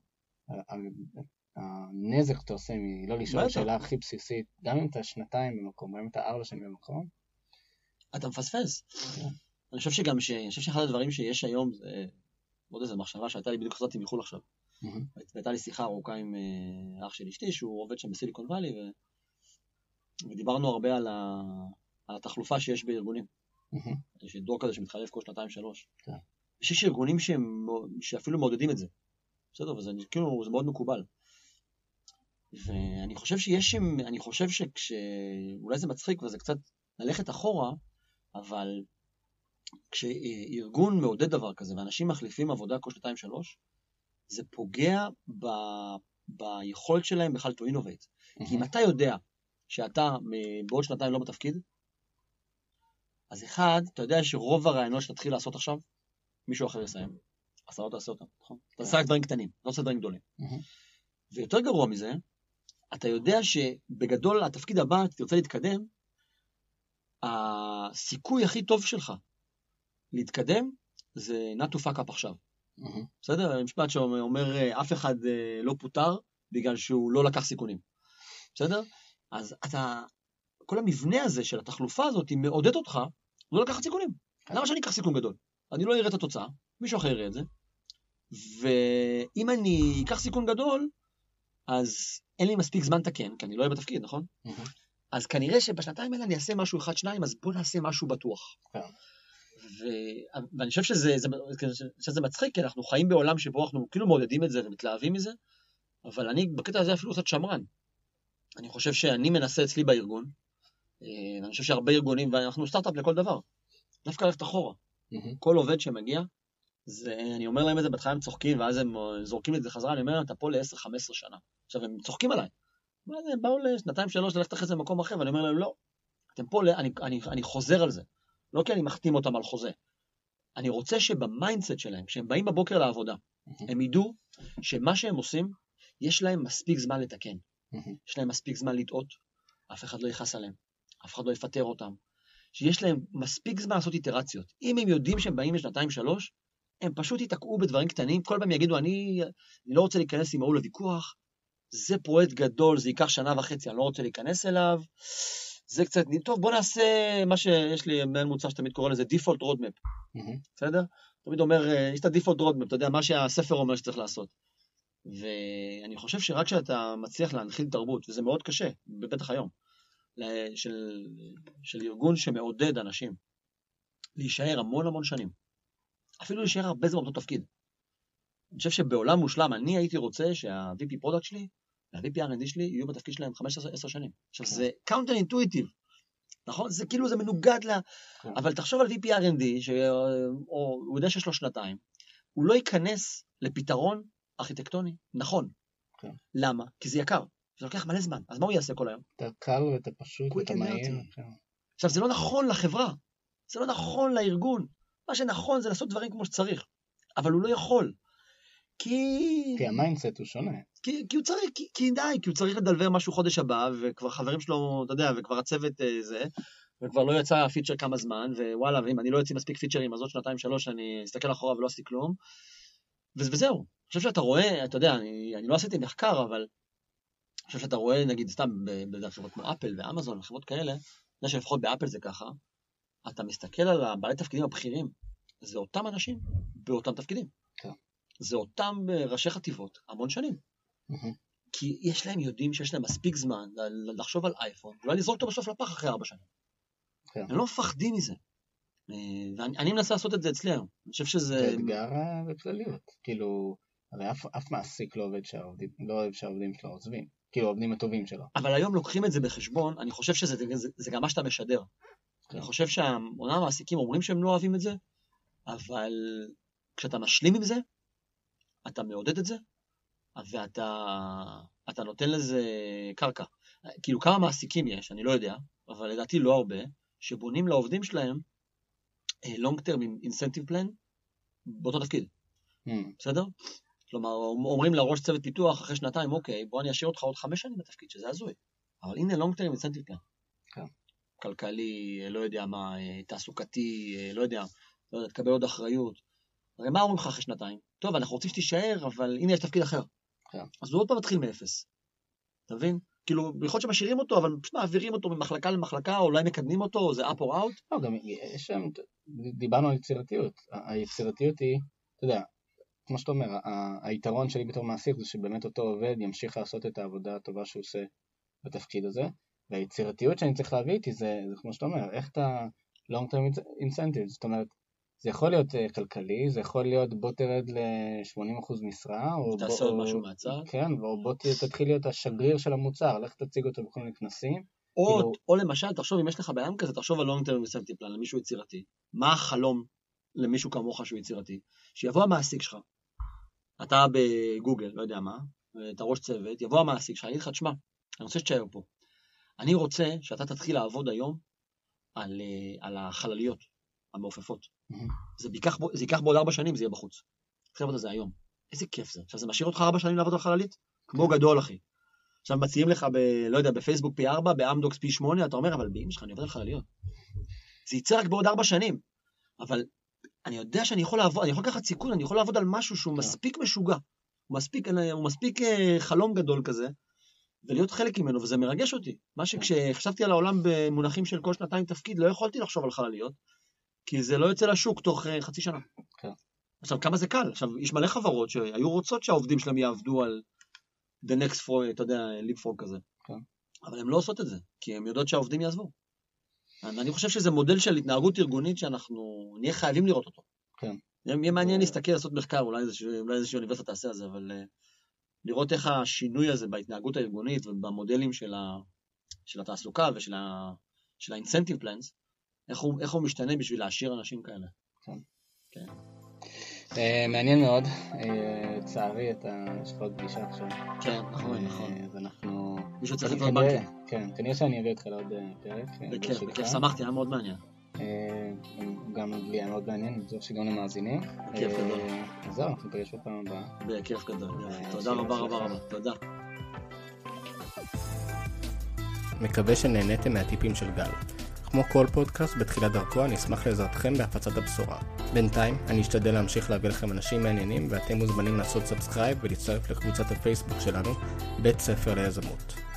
[SPEAKER 3] הנזק אתה עושה מלא לשאול השאלה הכי בסיסית, גם אם אתה 2 במקום, גם אם אתה 4 שנים במקום,
[SPEAKER 2] אתה מפספס. אני חושב שגם שאחד הדברים שיש היום, זה עוד איזו מחשבה שהייתה לי בדיוק חזרתי מחול עכשיו. והייתה לי שיחה ארוכה עם אח של אשתי, שהוא עובד שם בסיליקון ואלי, ודיברנו הרבה על התחלופה שיש בארגונים. יש דור כזה שמתחלף כל 2-3. יש ארגונים שאפילו מעודדים את זה. בסדר, וזה כאילו, זה מאוד מקובל. ואני חושב שאולי זה מצחיק וזה קצת ללכת אחורה, אבל כשארגון מעודד דבר כזה, ואנשים מחליפים עבודה כל 2-3, זה פוגע ביכולת שלהם בכלל to innovate. כי אם אתה יודע שאתה בעוד 2 לא בתפקיד, אז אחד, אתה יודע שרוב הרעיונות שתתחיל לעשות עכשיו, מישהו אחר יסיים. אז אתה לא תעשה אותם, נכון? אתה עושה רק דברים קטנים, לא עושה דברים גדולים. ויותר גרוע מזה, אתה יודע שבגדול התפקיד הבא, אתה תרצה להתקדם, הסיכוי הכי טוב שלך להתקדם, זה not to fuck up עכשיו. בסדר? המשפט שאומר, אף אחד לא פוטר, בגלל שהוא לא לקח סיכונים. בסדר? אז כל המבנה הזה של התחלופה הזאת, היא מעודד אותך, לא לקחת סיכונים. למה שאני אקח סיכון גדול? אני לא אראה את התוצאה, מישהו אחר יראה את זה, ואם אני אקח סיכון גדול, אז אין לי מספיק זמן תקן, כי אני לא אהיה בתפקיד, נכון? אז כנראה שבשנתיים האלה אני אעשה משהו 1-2, אז בוא נעשה משהו בטוח. ואני חושב שזה מצחיק, כי אנחנו חיים בעולם שבו אנחנו כאילו מעודדים את זה ומתלהבים מזה, אבל אני בקטע הזה אפילו קצת שמרן. אני חושב שאני מנסה אצלי בארגון, ואני חושב שהרבה ארגונים, ואנחנו סטארט-אפ לכל דבר, דווקא ללכת אחורה. כל עובד שמגיע, אני אומר להם את זה בתחילה הם צוחקים, ואז הם זורקים את זה חזרה, אני אומר להם, אתה פה ל10-15 שנה. עכשיו, הם צוחקים עליי. הם באו ל2-3 ללכת אחרי זה במקום אחר, ואני אומר להם, לא, אתם פה, אני חוזר על זה. לא כי אני מחתים אותם על חוזה. אני רוצה שבמיינדסט שלהם, כשהם באים בבוקר לעבודה, הם ידעו שמה שהם עושים, יש להם מספיק זמן לתקן. יש להם מספיק זמן לטעות, אף אחד לא יכעס עליהם, אף אחד לא יפטר אותם. שיש להם מספיק זמן לעשות איטרציות. אם הם יודעים שהם באים ל2-3, הם פשוט יתקעו בדברים קטנים, כל פעם יגידו, אני לא רוצה להיכנס עם ההוא לוויכוח, זה פרויקט גדול, זה ייקח 1.5 שנה, אני לא רוצה להיכנס אליו, זה קצת, טוב, בוא נעשה מה שיש לי מנהל מוצר שתמיד קורא לזה, default roadmap, בסדר? תמיד אומר, יש את ה-default roadmap, אתה יודע, מה שהספר אומר שצריך לעשות. ואני חושב שרק כשאתה מצליח להנחיל תרבות, וזה מאוד קשה, בטח היום, של ארגון שמעודד אנשים להישאר המון שנים, אפילו להישאר הרבה זמן באותו תפקיד. אני חושב שבעולם מושלם, אני הייתי רוצה שה-VP פרודקט שלי, וה-VP R&D שלי יהיו בתפקיד שלהם 15-10 שנים. עכשיו זה counter intuitive, נכון? זה כאילו זה מנוגד לה, אבל תחשוב על VP R&D, הוא יודע שיש לו 2 הוא לא ייכנס לפתרון ארכיטקטוני, נכון. למה? כי זה יקר, זה לוקח מלא זמן, אז מה הוא יעשה כל היום?
[SPEAKER 3] אתה קל ואתה פשוט, ואתה מהיר.
[SPEAKER 2] עכשיו זה לא נכון לחברה, זה לא נכון לארגון, מה שנכון זה לעשות דברים כמו שצריך, אבל הוא לא יכול. כי
[SPEAKER 3] המיינדסט הוא שונה.
[SPEAKER 2] כי הוא צריך, כי הוא צריך לדלבר משהו חודש הבא, וכבר חברים שלו, אתה יודע, וכבר הצוות זה, וכבר לא יצא פיצ'ר כמה זמן, ווואלה, ואם אני לא יוצא מספיק פיצ'רים, אז עוד 2-3 אני אסתכל אחורה ולא עשיתי כלום, וזהו. אני חושב שאתה רואה, אתה יודע, אני לא עשיתי מחקר, אבל אני חושב שאתה רואה, נגיד, סתם, בחברות כמו אפל ואמזון, חברות כאלה, אני יודע שלפחות באפל זה ככה, אתה מסתכל על הבעלי תפקידים הבכירים, זה אותם אנשים באותם תפקידים. זה אותם ראשי חטיבות, המון שנים. כי יש להם, יודעים שיש להם מספיק זמן לחשוב על אייפון, ואולי לזרוק אותו בסוף לפח אחרי 4 שנים. הם לא מפחדים מזה. ואני מנסה לעשות את זה אצלי היום. אני חושב שזה...
[SPEAKER 3] זה אתגר בכלליות. כאילו, הרי אף מעסיק לא אוהב שהעובדים שלו עוזבים. כאילו, העובדים הטובים שלו.
[SPEAKER 2] אבל היום לוקחים את זה בחשבון, אני חושב שזה גם מה שאתה משדר. אני חושב שהעונה המעסיקים אומרים שהם לא אוהבים את זה, אבל כשאתה משלים עם זה, אתה מעודד את זה, ואתה נותן לזה קרקע. כאילו כמה מעסיקים יש, אני לא יודע, אבל לדעתי לא הרבה, שבונים לעובדים שלהם long term incentive plan באותו תפקיד. בסדר? כלומר, אומרים לראש צוות פיתוח אחרי 2, אוקיי, בוא אני אשאיר אותך עוד 5 שנים בתפקיד, שזה הזוי. אבל הנה long term incentive plan. כלכלי, לא יודע מה, תעסוקתי, לא יודע, תקבל עוד אחריות. הרי מה אומרים לך אחרי 2? טוב, אנחנו רוצים שתישאר, אבל הנה יש תפקיד אחר. אז הוא עוד פעם מתחיל מ0. אתה מבין? כאילו, יכול שמשאירים אותו, אבל פשוט מעבירים אותו ממחלקה למחלקה, או אולי מקדמים אותו, או זה up or out.
[SPEAKER 3] לא, גם יש שם, דיברנו על יצירתיות. היצירתיות היא, אתה יודע, כמו שאתה אומר, היתרון שלי בתור מעסיק זה שבאמת אותו עובד ימשיך לעשות את העבודה הטובה שהוא עושה בתפקיד הזה, והיצירתיות שאני צריך להביא איתי זה כמו שאתה אומר, איך אתה long term incentive, זאת אומרת, זה יכול להיות כלכלי, זה יכול להיות בוא תרד ל-80% משרה, או
[SPEAKER 2] תעשה עוד משהו מהצד.
[SPEAKER 3] כן, או בוא תתחיל להיות השגריר של המוצר, לך תציג אותו בכל מיני כנסים.
[SPEAKER 2] או למשל, תחשוב, אם יש לך בעיה כזה, תחשוב על long term incentive plan, למישהו יצירתי. מה החלום למישהו כמוך שהוא יצירתי? שיבוא המעסיק שלך, אתה בגוגל, לא יודע מה, אתה ראש צוות, יבוא המעסיק שלך, אני אגיד לך, תשמע, אני רוצה שתשאר פה. אני רוצה שאתה תתחיל לעבוד היום על החלליות המעופפות. זה ייקח בעוד 4 שנים, זה יהיה בחוץ. תתחיל לעבוד על זה היום. איזה כיף זה. עכשיו, זה משאיר אותך 4 שנים לעבוד על חללית? כמו גדול, אחי. עכשיו, מציעים לך, לא יודע, בפייסבוק פי 4, באמדוקס פי 8, אתה אומר, אבל באמא שלך, אני עובד על חלליות. זה ייצא רק בעוד 4 שנים. אבל אני יודע שאני יכול לעבוד, אני יכול לקחת סיכון, אני יכול לעבוד על משהו שהוא מספיק משוגע. הוא מספיק חלום גדול כזה, ולהיות חלק ממנו, וזה מרגש אותי. מה שכשחשבתי על העולם במונחים של כל 2 תפקיד, לא יכולתי לחשוב על חלליות, כי זה לא יוצא לשוק תוך חצי שנה. עכשיו, כמה זה קל? עכשיו, יש מלא חברות שהיו רוצות שהעובדים שלהם יעבדו על the next for, אתה יודע, leapfrog כזה. אבל הן לא עושות את זה, כי הן יודעות שהעובדים יעזבו. אני חושב שזה מודל של התנהגות ארגונית שאנחנו נהיה חייבים לראות אותו. יהיה מעניין להסתכל, לעשות מחקר, אולי איזושהי אוניברסיטה תעשה על זה, אבל לראות איך השינוי הזה בהתנהגות הארגונית ובמודלים של התעסוקה ושל ה-incentive plans, איך הוא משתנה בשביל להשאיר אנשים כאלה. כן.
[SPEAKER 3] מעניין מאוד, לצערי יש לך עוד פגישה עכשיו.
[SPEAKER 2] כן, נכון.
[SPEAKER 3] אז אנחנו...
[SPEAKER 2] מישהו צריך לפנות בנקים.
[SPEAKER 3] כן, כנראה שאני אביא אותך לעוד פרק.
[SPEAKER 2] בכיף, שמחתי, היה מאוד מעניין.
[SPEAKER 3] גם לי היה מאוד מעניין, אני חושב שגם למאזינים.
[SPEAKER 2] בכיף גדול.
[SPEAKER 3] אז זהו, אנחנו נפגש בפעם הבאה.
[SPEAKER 2] בכיף גדול, תודה רבה, תודה.
[SPEAKER 1] מקווה שנהניתם מהטיפים של גל. כמו כל פודקאסט בתחילת דרכו, אני אשמח לעזרתכם בהפצת הבשורה. בינתיים, אני אשתדל להמשיך להביא לכם אנשים מעניינים, ואתם מוזמנים לעשות סאבסקרייב ולהצטרף לקבוצת הפייסבוק שלנו, בית ספר ליזמות.